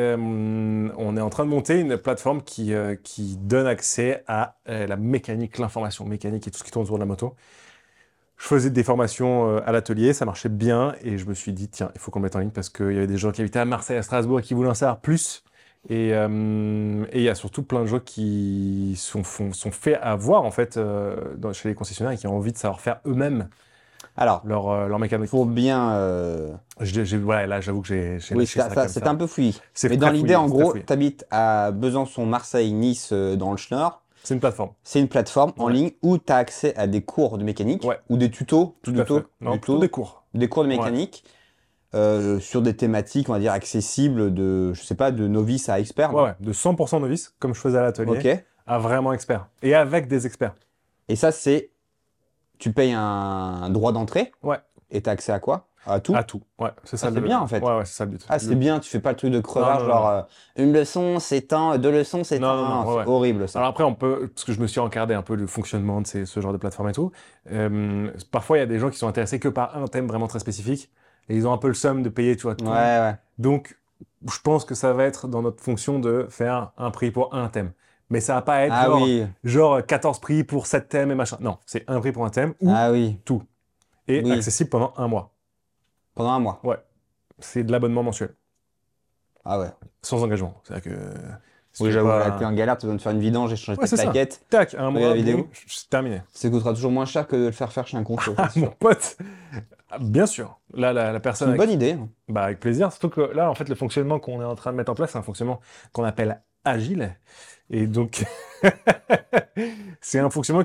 On est en train de monter une plateforme qui donne accès à la mécanique, l'information mécanique et tout ce qui tourne autour de la moto. Je faisais des formations à l'atelier, ça marchait bien et je me suis dit, tiens, il faut qu'on le mette en ligne parce qu'il y avait des gens qui habitaient à Marseille, à Strasbourg et qui voulaient en savoir plus. Et il y a surtout plein de gens qui sont faits à voir en fait chez les concessionnaires et qui ont envie de savoir faire eux-mêmes Alors, leur mécanique. pour bien. Ouais, là, j'avoue que j'ai Oui, lâché ça comme c'est ça. un peu fouillis. C'est Mais très dans l'idée, fouillé, en c'est très gros, fouillé. tu habites à Besançon, Marseille, Nice, dans le Schnorr. C'est une plateforme. C'est une plateforme en Ouais. ligne où tu as accès à des cours de mécanique Ouais. ou des tutos, Tout à fait. Non, plutôt des cours. des cours de Ouais. mécanique sur des thématiques, on va dire, accessibles de, je sais pas, de novice à expert. Ouais, ouais, de 100% novice, comme je faisais à l'atelier, Ok. à vraiment expert. Et avec des experts. Et ça, c'est, tu payes un droit d'entrée Ouais. et tu as accès à quoi? À tout? À tout. Ouais, c'est ça Ah, c'est bien, en fait. Ouais, ouais, c'est ça le but. Ah, c'est bien, tu fais pas le truc de crevard, Non, non, genre une leçon c'est temps, deux leçons c'est Non, temps. non, non, ouais, C'est ouais. horrible ça. Alors après, on peut, parce que je me suis encardé un peu le fonctionnement de ce genre de plateforme et tout. Parfois, il y a des gens qui sont intéressés que par un thème vraiment très spécifique et ils ont un peu le somme de payer, tu vois, tout. Ouais, ouais. Donc, je pense que ça va être dans notre fonction de faire un prix pour un thème. Mais ça va pas être Ah oui, genre 14 prix pour 7 thèmes et machin. Non, c'est un prix pour un thème ou ah oui, tout. Et Oui. accessible pendant un mois. pendant un mois. Ouais. C'est de l'abonnement mensuel. Ah ouais. Sans engagement. C'est-à-dire que. si Oui, tu veux j'avoue, pas- là, t'es en galère, tu dois te faire une vidange, échanger Ouais, tes c'est ça. plaquettes. Tac, un Regarde mois, la vidéo. boum, c'est terminé. Ça coûtera toujours moins cher que de le faire faire chez un conso. Ah, c'est mon sûr. pote. Ah, bien sûr. Là, la C'est personne. une bonne idée. Hein. Bah, avec plaisir. Surtout que là, en fait, le fonctionnement qu'on est en train de mettre en place, c'est un fonctionnement qu'on appelle agile. Et donc, c'est un fonctionnement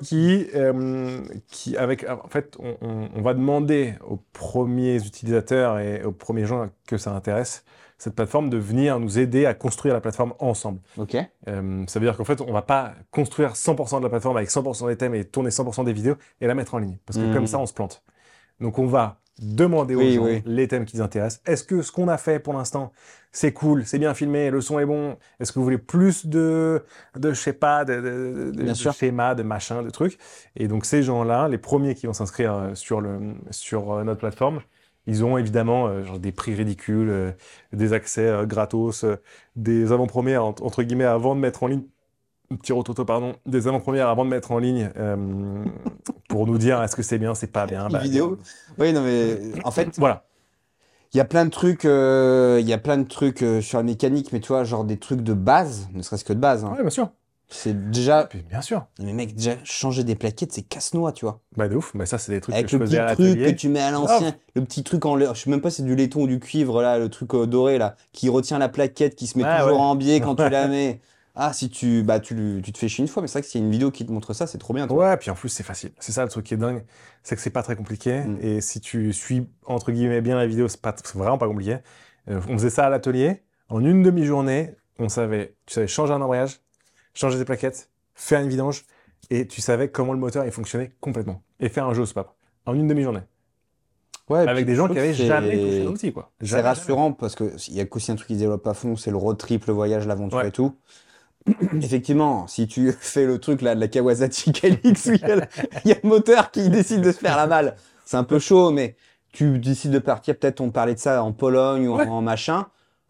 avec, en fait, on va demander aux premiers utilisateurs et aux premiers gens que ça intéresse, cette plateforme, de venir nous aider à construire la plateforme ensemble. Ok. Ça veut dire qu'en fait, on va pas construire 100% de la plateforme avec 100% des thèmes et tourner 100% des vidéos et la mettre en ligne. Parce que comme ça, on se plante. Donc, on va demander aux Oui, gens oui. les thèmes qui les intéressent. Est-ce que ce qu'on a fait pour l'instant, c'est cool, c'est bien filmé, le son est bon? Est-ce que vous voulez plus je sais pas, Bien de sûr. schémas, de machins, de trucs? Et donc, ces gens-là, les premiers qui vont s'inscrire sur notre plateforme, ils ont évidemment genre des prix ridicules, des accès gratos, des avant-premières, entre guillemets, avant de mettre en ligne petit rototo, pardon, des avant-premières avant de mettre en ligne pour nous dire est-ce que c'est bien, c'est pas bien. Une vidéo. Oui, non mais en fait, Voilà. il y a plein de trucs, sur la mécanique, mais tu vois, genre des trucs de base, ne serait-ce que de base. Hein. Ouais, bien sûr. C'est déjà, Puis, bien sûr. mais mec, déjà changer des plaquettes, c'est casse-noix, tu vois. Bah de ouf, mais ça c'est des trucs Avec que je le petit faisais à truc que l'atelier. tu mets à l'ancien, le petit truc en je sais même pas si c'est du laiton ou du cuivre là, le truc doré là, qui retient la plaquette, qui se met Ah, toujours ouais. en biais quand tu la mets. Ah, si tu te fais chier une fois, mais c'est vrai que s'il y a une vidéo qui te montre ça, c'est trop bien. Toi. Ouais, puis en plus c'est facile. C'est ça le truc qui est dingue, c'est que c'est pas très compliqué. Mm. Et si tu suis entre guillemets bien la vidéo, c'est vraiment pas compliqué. On faisait ça à l'atelier. En une demi-journée, tu savais changer un embrayage, changer des plaquettes, faire une vidange, et tu savais comment le moteur il fonctionnait complètement. Et faire un jeu au SPAP. En une demi-journée. Ouais, Avec des gens qui avaient jamais touché l'outil, quoi. C'est Jamais, rassurant parce que il y a aussi un truc qui se développe à fond, c'est le road trip, le voyage, l'aventure Ouais. et tout. Effectivement, si tu fais le truc là de la Kawasaki KLX où il y a le moteur qui décide de se faire la malle, c'est un peu chaud, mais tu décides de partir, peut-être on parlait de ça en Pologne ou Ouais. en machin.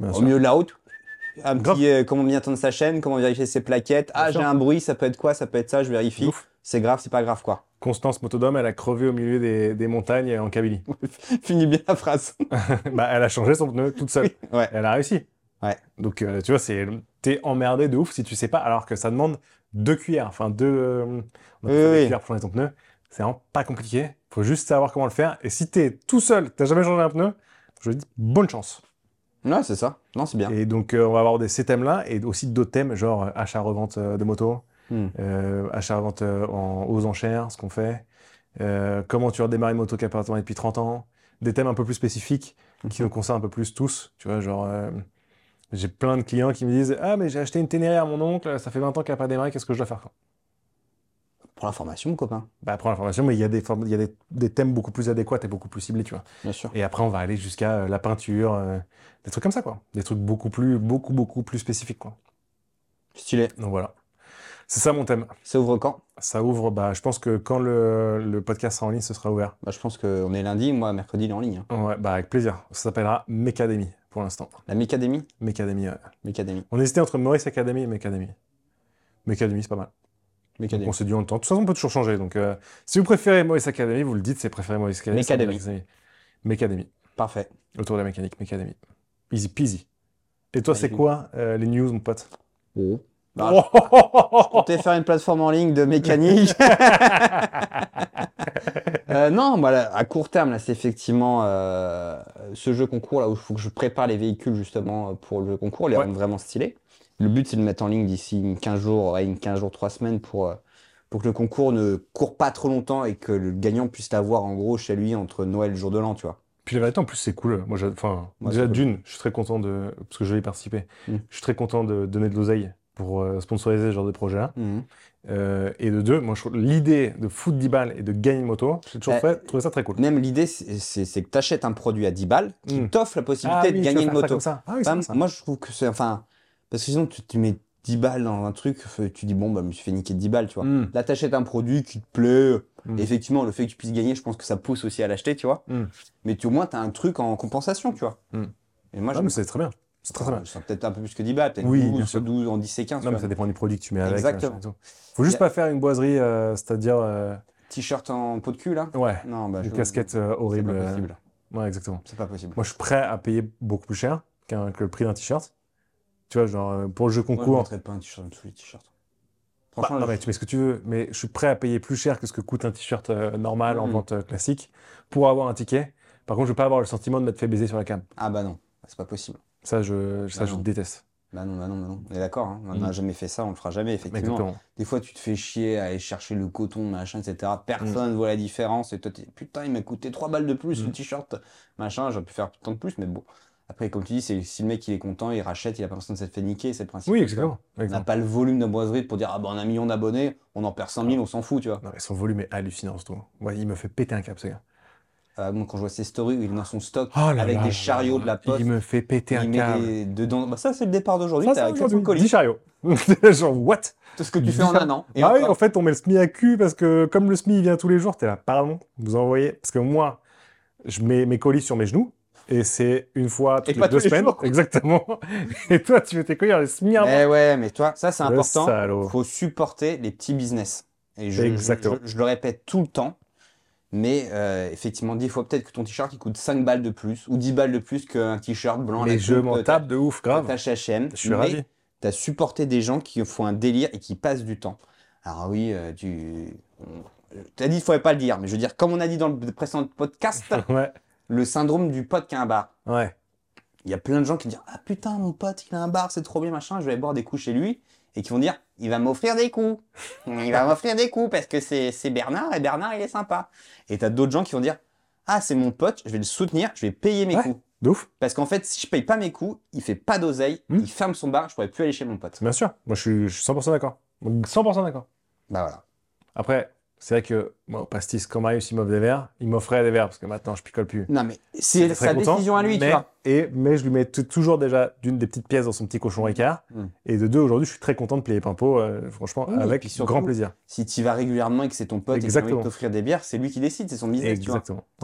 Bien Au sûr. milieu de la route, un Grave. petit comment bien tendre sa chaîne, comment vérifier ses plaquettes. Bien Ah, sûr. j'ai un bruit, ça peut être quoi? Ça peut être ça, je De vérifie. ouf. C'est grave, c'est pas grave, quoi. Constance Motodome, elle a crevé au milieu des montagnes en Kabylie. Finis bien la phrase. Bah, elle a changé son pneu toute seule. Ouais. Elle a réussi. Ouais. Donc, tu vois, t'es emmerdé de ouf si tu sais pas, alors que ça demande 2 cuillères. Enfin, on appelle ça des Oui. cuillères pour changer ton pneu. C'est vraiment pas compliqué. Faut juste savoir comment le faire. Et si t'es tout seul, t'as jamais changé un pneu, je te dis bonne chance. Ouais, c'est ça. Non, c'est bien. Et donc, on va avoir ces thèmes-là et aussi d'autres thèmes, genre achat-revente de moto, Hmm. achat-revente aux enchères, ce qu'on fait, comment tu redémarres une moto qui a pas tourné depuis 30 ans, des thèmes un peu plus spécifiques qui nous concernent un peu plus tous. Tu vois, genre, j'ai plein de clients qui me disent ah, mais j'ai acheté une Ténéré à mon oncle, ça fait 20 ans qu'elle n'a pas démarré, qu'est-ce que je dois faire quoi? Pour l'information, copain. Bah, prends l'information, mais il y a des thèmes beaucoup plus adéquats et beaucoup plus ciblés, tu vois. Bien sûr. Et après, on va aller jusqu'à la peinture, des trucs comme ça, quoi. Des trucs beaucoup plus spécifiques, quoi. Stylé. Donc voilà. C'est ça mon thème. Ça ouvre quand? Ça ouvre, bah, je pense que quand le podcast sera en ligne, ce sera ouvert. Bah, je pense qu'on est lundi, moi, mercredi, il est en ligne. Hein. Ouais, bah, avec plaisir. Ça s'appellera Mécadémie, pour l'instant. La Mécadémie? Mécadémie, ouais. Mécadémie. On hésitait entre Maurice Academy et Mécadémie. Mécadémie, c'est pas mal. Donc Mécadémie. on s'est dit en temps. De toute façon, on peut toujours changer. Donc, si vous préférez Maurice Academy, vous le dites, c'est préféré Maurice Academy. Mécadémie. Mécadémie. Parfait. Autour de la mécanique, Mécadémie. Easy peasy. Et toi, c'est Magnifique. quoi les news, mon pote? Oh. Bah, je comptais faire une plateforme en ligne de mécanique. Non, voilà, à court terme, là, c'est effectivement ce jeu concours là où il faut que je prépare les véhicules justement pour le jeu concours, les Ouais. rendre vraiment stylés. Le but, c'est de le mettre en ligne d'ici 15 jours, 3 semaines pour que le concours ne court pas trop longtemps et que le gagnant puisse l'avoir en gros chez lui entre Noël et le jour de l'an, tu vois. Puis la vérité, en plus, c'est cool. Moi, Ouais, déjà, c'est cool. d'une, je suis très content parce que je vais y participer. Mm. Je suis très content de donner de l'oseille pour sponsoriser ce genre de projet-là. Mhm. Et de deux, moi, l'idée de foutre 10 balles et de gagner une moto, j'ai toujours trouvé ça très cool. Même l'idée, c'est que tu achètes un produit à 10 balles qui Mm. t'offre la possibilité de tu gagner veux une faire ça moto. comme ça. Ah oui, c'est Enfin, comme ça. moi, je trouve que c'est. Enfin, parce que sinon, tu mets 10 balles dans un truc, tu dis, bon, bah, je me suis fait niquer 10 balles, tu vois. Mm. Là, tu achètes un produit qui te plaît. Mm. Effectivement, le fait que tu puisses gagner, je pense que ça pousse aussi à l'acheter, tu vois. Mm. Mais au moins, tu as un truc en compensation, tu vois. Mm. Et moi, Ah, mais c'est très bien. C'est très, très bien. c'est peut-être un peu plus que 10 balles, peut-être Oui, 12, bien sûr. 12, en 10 et 15. Non, mais tu ça vois. dépend du produit que tu mets avec. Exactement. machin et tout. Faut juste Y a- pas faire une boiserie, c'est-à-dire T-shirt en peau de cul, là ouais, Non, bah, une casquette c'est horrible. pas possible. Ouais, exactement. C'est pas possible. Moi, je suis prêt à payer beaucoup plus cher que le prix d'un t-shirt. Tu vois, genre, pour le jeu Moi, je concours. mettrais pas un t-shirt en dessous les t-shirts. Bah, Franchement, non, mais tu mets ce que tu veux, mais je suis prêt à payer plus cher que ce que coûte un t-shirt normal en Mhm. vente classique pour avoir un ticket. Par contre, je veux pas avoir le sentiment de m'être fait baiser sur la cam. Ah bah non, c'est pas possible. Ça, je non. déteste. Bah non. On est d'accord, hein. On n'a jamais fait ça, on le fera jamais, effectivement. Exactement. Des fois, tu te fais chier à aller chercher le coton, machin, etc. Personne voit la différence. Et toi, putain, il m'a coûté 3 balles de plus, le t-shirt, machin, j'aurais pu faire tant de plus, mais bon. Après, comme tu dis, si le mec il est content, il rachète, il a pas l'impression de s'être fait niquer, c'est le principe. Oui, tu exactement. vois. On n'a exactement. pas le volume de boiserie pour dire, ah bah on a 1 million d'abonnés, on en perd 100 000, on s'en fout, tu vois. Non, mais son volume est hallucinant, ce truc. Ouais, il me fait péter un câble, ce gars. Moi, quand je vois ses stories où il est dans son stock Oh là avec là des là chariots là. de la poste, Il me fait péter un il met câble. dedans. Bah, ça, c'est le départ d'aujourd'hui, Ça, t'as c'est avec 400 aujourd'hui. colis. 10 chariots. Genre, what? Tout ce que tu fais en un an. Et Ah oui, encore. en fait, on met le SMI à cul parce que comme le SMI il vient tous les jours, t'es là, pardon, vous envoyez. Parce que moi, je mets mes colis sur mes genoux et c'est une fois toutes pas les 2 tous les semaines. jours. Exactement. Et toi, tu mets tes colis dans les SMI avant. Eh ouais, mais toi, ça c'est Le important. salaud. Faut supporter les petits business. Et Exactement. je le répète tout le temps. Mais effectivement, des fois peut-être que ton t-shirt il coûte 5 balles de plus ou 10 balles de plus qu'un t-shirt blanc. Mais je m'en tape de ouf, grave. T'as chez H&M. Je suis ravi. Tu as supporté des gens qui font un délire et qui passent du temps. Alors oui, tu as dit qu'il ne faudrait pas le dire, mais je veux dire, comme on a dit dans le précédent podcast, Ouais, le syndrome du pote qui a un bar. ouais. Il y a plein de gens qui disent ah putain mon pote il a un bar c'est trop bien machin je vais aller boire des coups chez lui et qui vont dire il va m'offrir des coups parce que c'est Bernard et Bernard il est sympa et t'as d'autres gens qui vont dire ah c'est mon pote je vais le soutenir je vais payer mes Ouais. coups De ouf, parce qu'en fait si je paye pas mes coups il fait pas d'oseille il ferme son bar je pourrais plus aller chez mon pote. bien sûr. Moi, je suis 100% d'accord. 100% d'accord. Bah voilà. Après, c'est vrai que moi, au pastis, quand Marius il m'offre des verres, il m'offrait des verres parce que maintenant je picole plus. Non mais c'est J'étais très sa content, décision à lui tu vois. mais je lui mets toujours déjà des petites pièces dans son petit cochon Ricard. Mm. Et de deux, aujourd'hui, je suis très content de plier Pimpo, franchement, Oui, et avec puis surtout, grand plaisir. si tu y vas régulièrement et que c'est ton pote et qu'il a envie de Exactement. t'offrir des bières c'est lui qui décide c'est son business tu vois. Exactement. Ouais.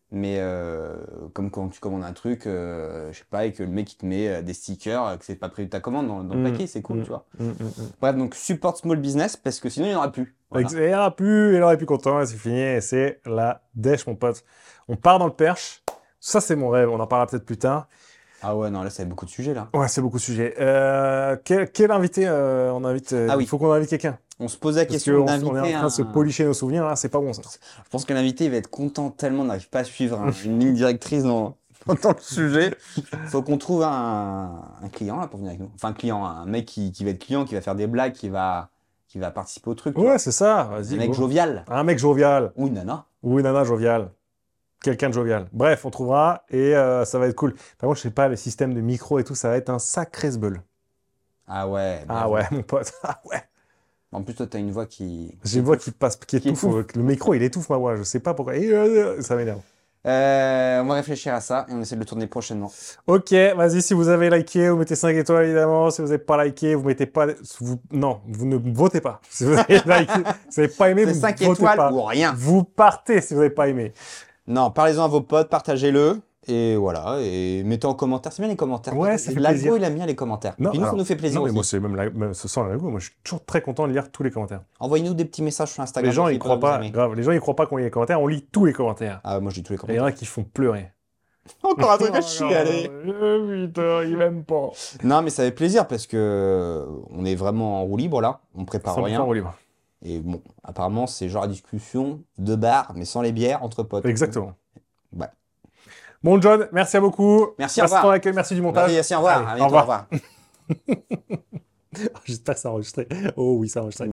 Mais comme quand tu commandes un truc, je sais pas, et que le mec il te met des stickers, que c'est pas prévu de ta commande dans le paquet, c'est cool, tu vois. Bref, donc support small business parce que sinon il n'y en aura plus. Voilà. Il aurait pu content, c'est fini, et c'est la dèche, mon pote. On part dans le perche. Ça, c'est mon rêve, on en parlera peut-être plus tard. Ah ouais, non, là, ça fait beaucoup de sujets, là. Ouais, c'est beaucoup de sujets. Quel invité on invite Ah oui. Il faut qu'on invite quelqu'un. On se pose la Parce question qu'on d'inviter on est en train de se policher nos souvenirs, là, c'est pas bon, ça. Je pense que l'invité, il va être content tellement on n'arrive pas à suivre une ligne directrice dans le sujet. Faut qu'on trouve un client, là, pour venir avec nous. Enfin, un client, un mec qui va être client, qui va faire des blagues, qui va participer au truc, tu Ouais, vois. c'est ça, vas-y. Un mec go. jovial. Un mec jovial. Ou une nana. Ou une nana joviale. Quelqu'un de jovial. Bref, on trouvera et ça va être cool. Par contre, je sais pas, le système de micro et tout, ça va être un sacré sbeul. Ah ouais. Ah ouais, mon pote. Ah ouais. En plus, toi, t'as une voix qui... J'ai une voix qui passe, qui étouffe. Le micro, il étouffe ma voix. Je sais pas pourquoi. Et, ça m'énerve. On va réfléchir à ça et on essaie de le tourner prochainement. Ok, vas-y, si vous avez liké, vous mettez 5 étoiles évidemment. Si vous n'avez pas liké, vous mettez pas. Non, vous ne votez pas. Si vous avez liké, si vous n'avez pas aimé, C'est vous 5 ne votez étoiles pas. ou rien. Vous partez si vous n'avez pas aimé. Non, parlez-en à vos potes, partagez-le. Et voilà, et mettez en commentaire. C'est bien les commentaires. Ouais, ça fait L'algo, plaisir. il aime bien les commentaires. Non, Puis nous, ça nous fait plaisir non, mais aussi. moi, c'est même ce sans l'algo. Moi, je suis toujours très content de lire tous les commentaires. Envoyez-nous des petits messages sur Instagram. Les gens, aussi, ils croient pour nous pas. aimer. Grave, les gens, ils croient pas qu'on lit les commentaires. On lit tous les commentaires. Ah, moi, je dis tous les Et il y commentaires. en a qui font pleurer. Encore un truc à chialer. Putain, il m'aime pas. Non, mais ça fait plaisir parce que on est vraiment en roue libre là. On prépare 100% rien. roue libre. Et bon, apparemment, c'est genre la discussion de bar, mais sans les bières, entre potes. Exactement. Ouais. Bon, John, merci à beaucoup. Merci, au Merci revoir. de ton accueil, merci du montage. Merci, au revoir. Allez, À au bientôt, revoir. au revoir. J'espère que ça a enregistré. Oh oui, ça a enregistré.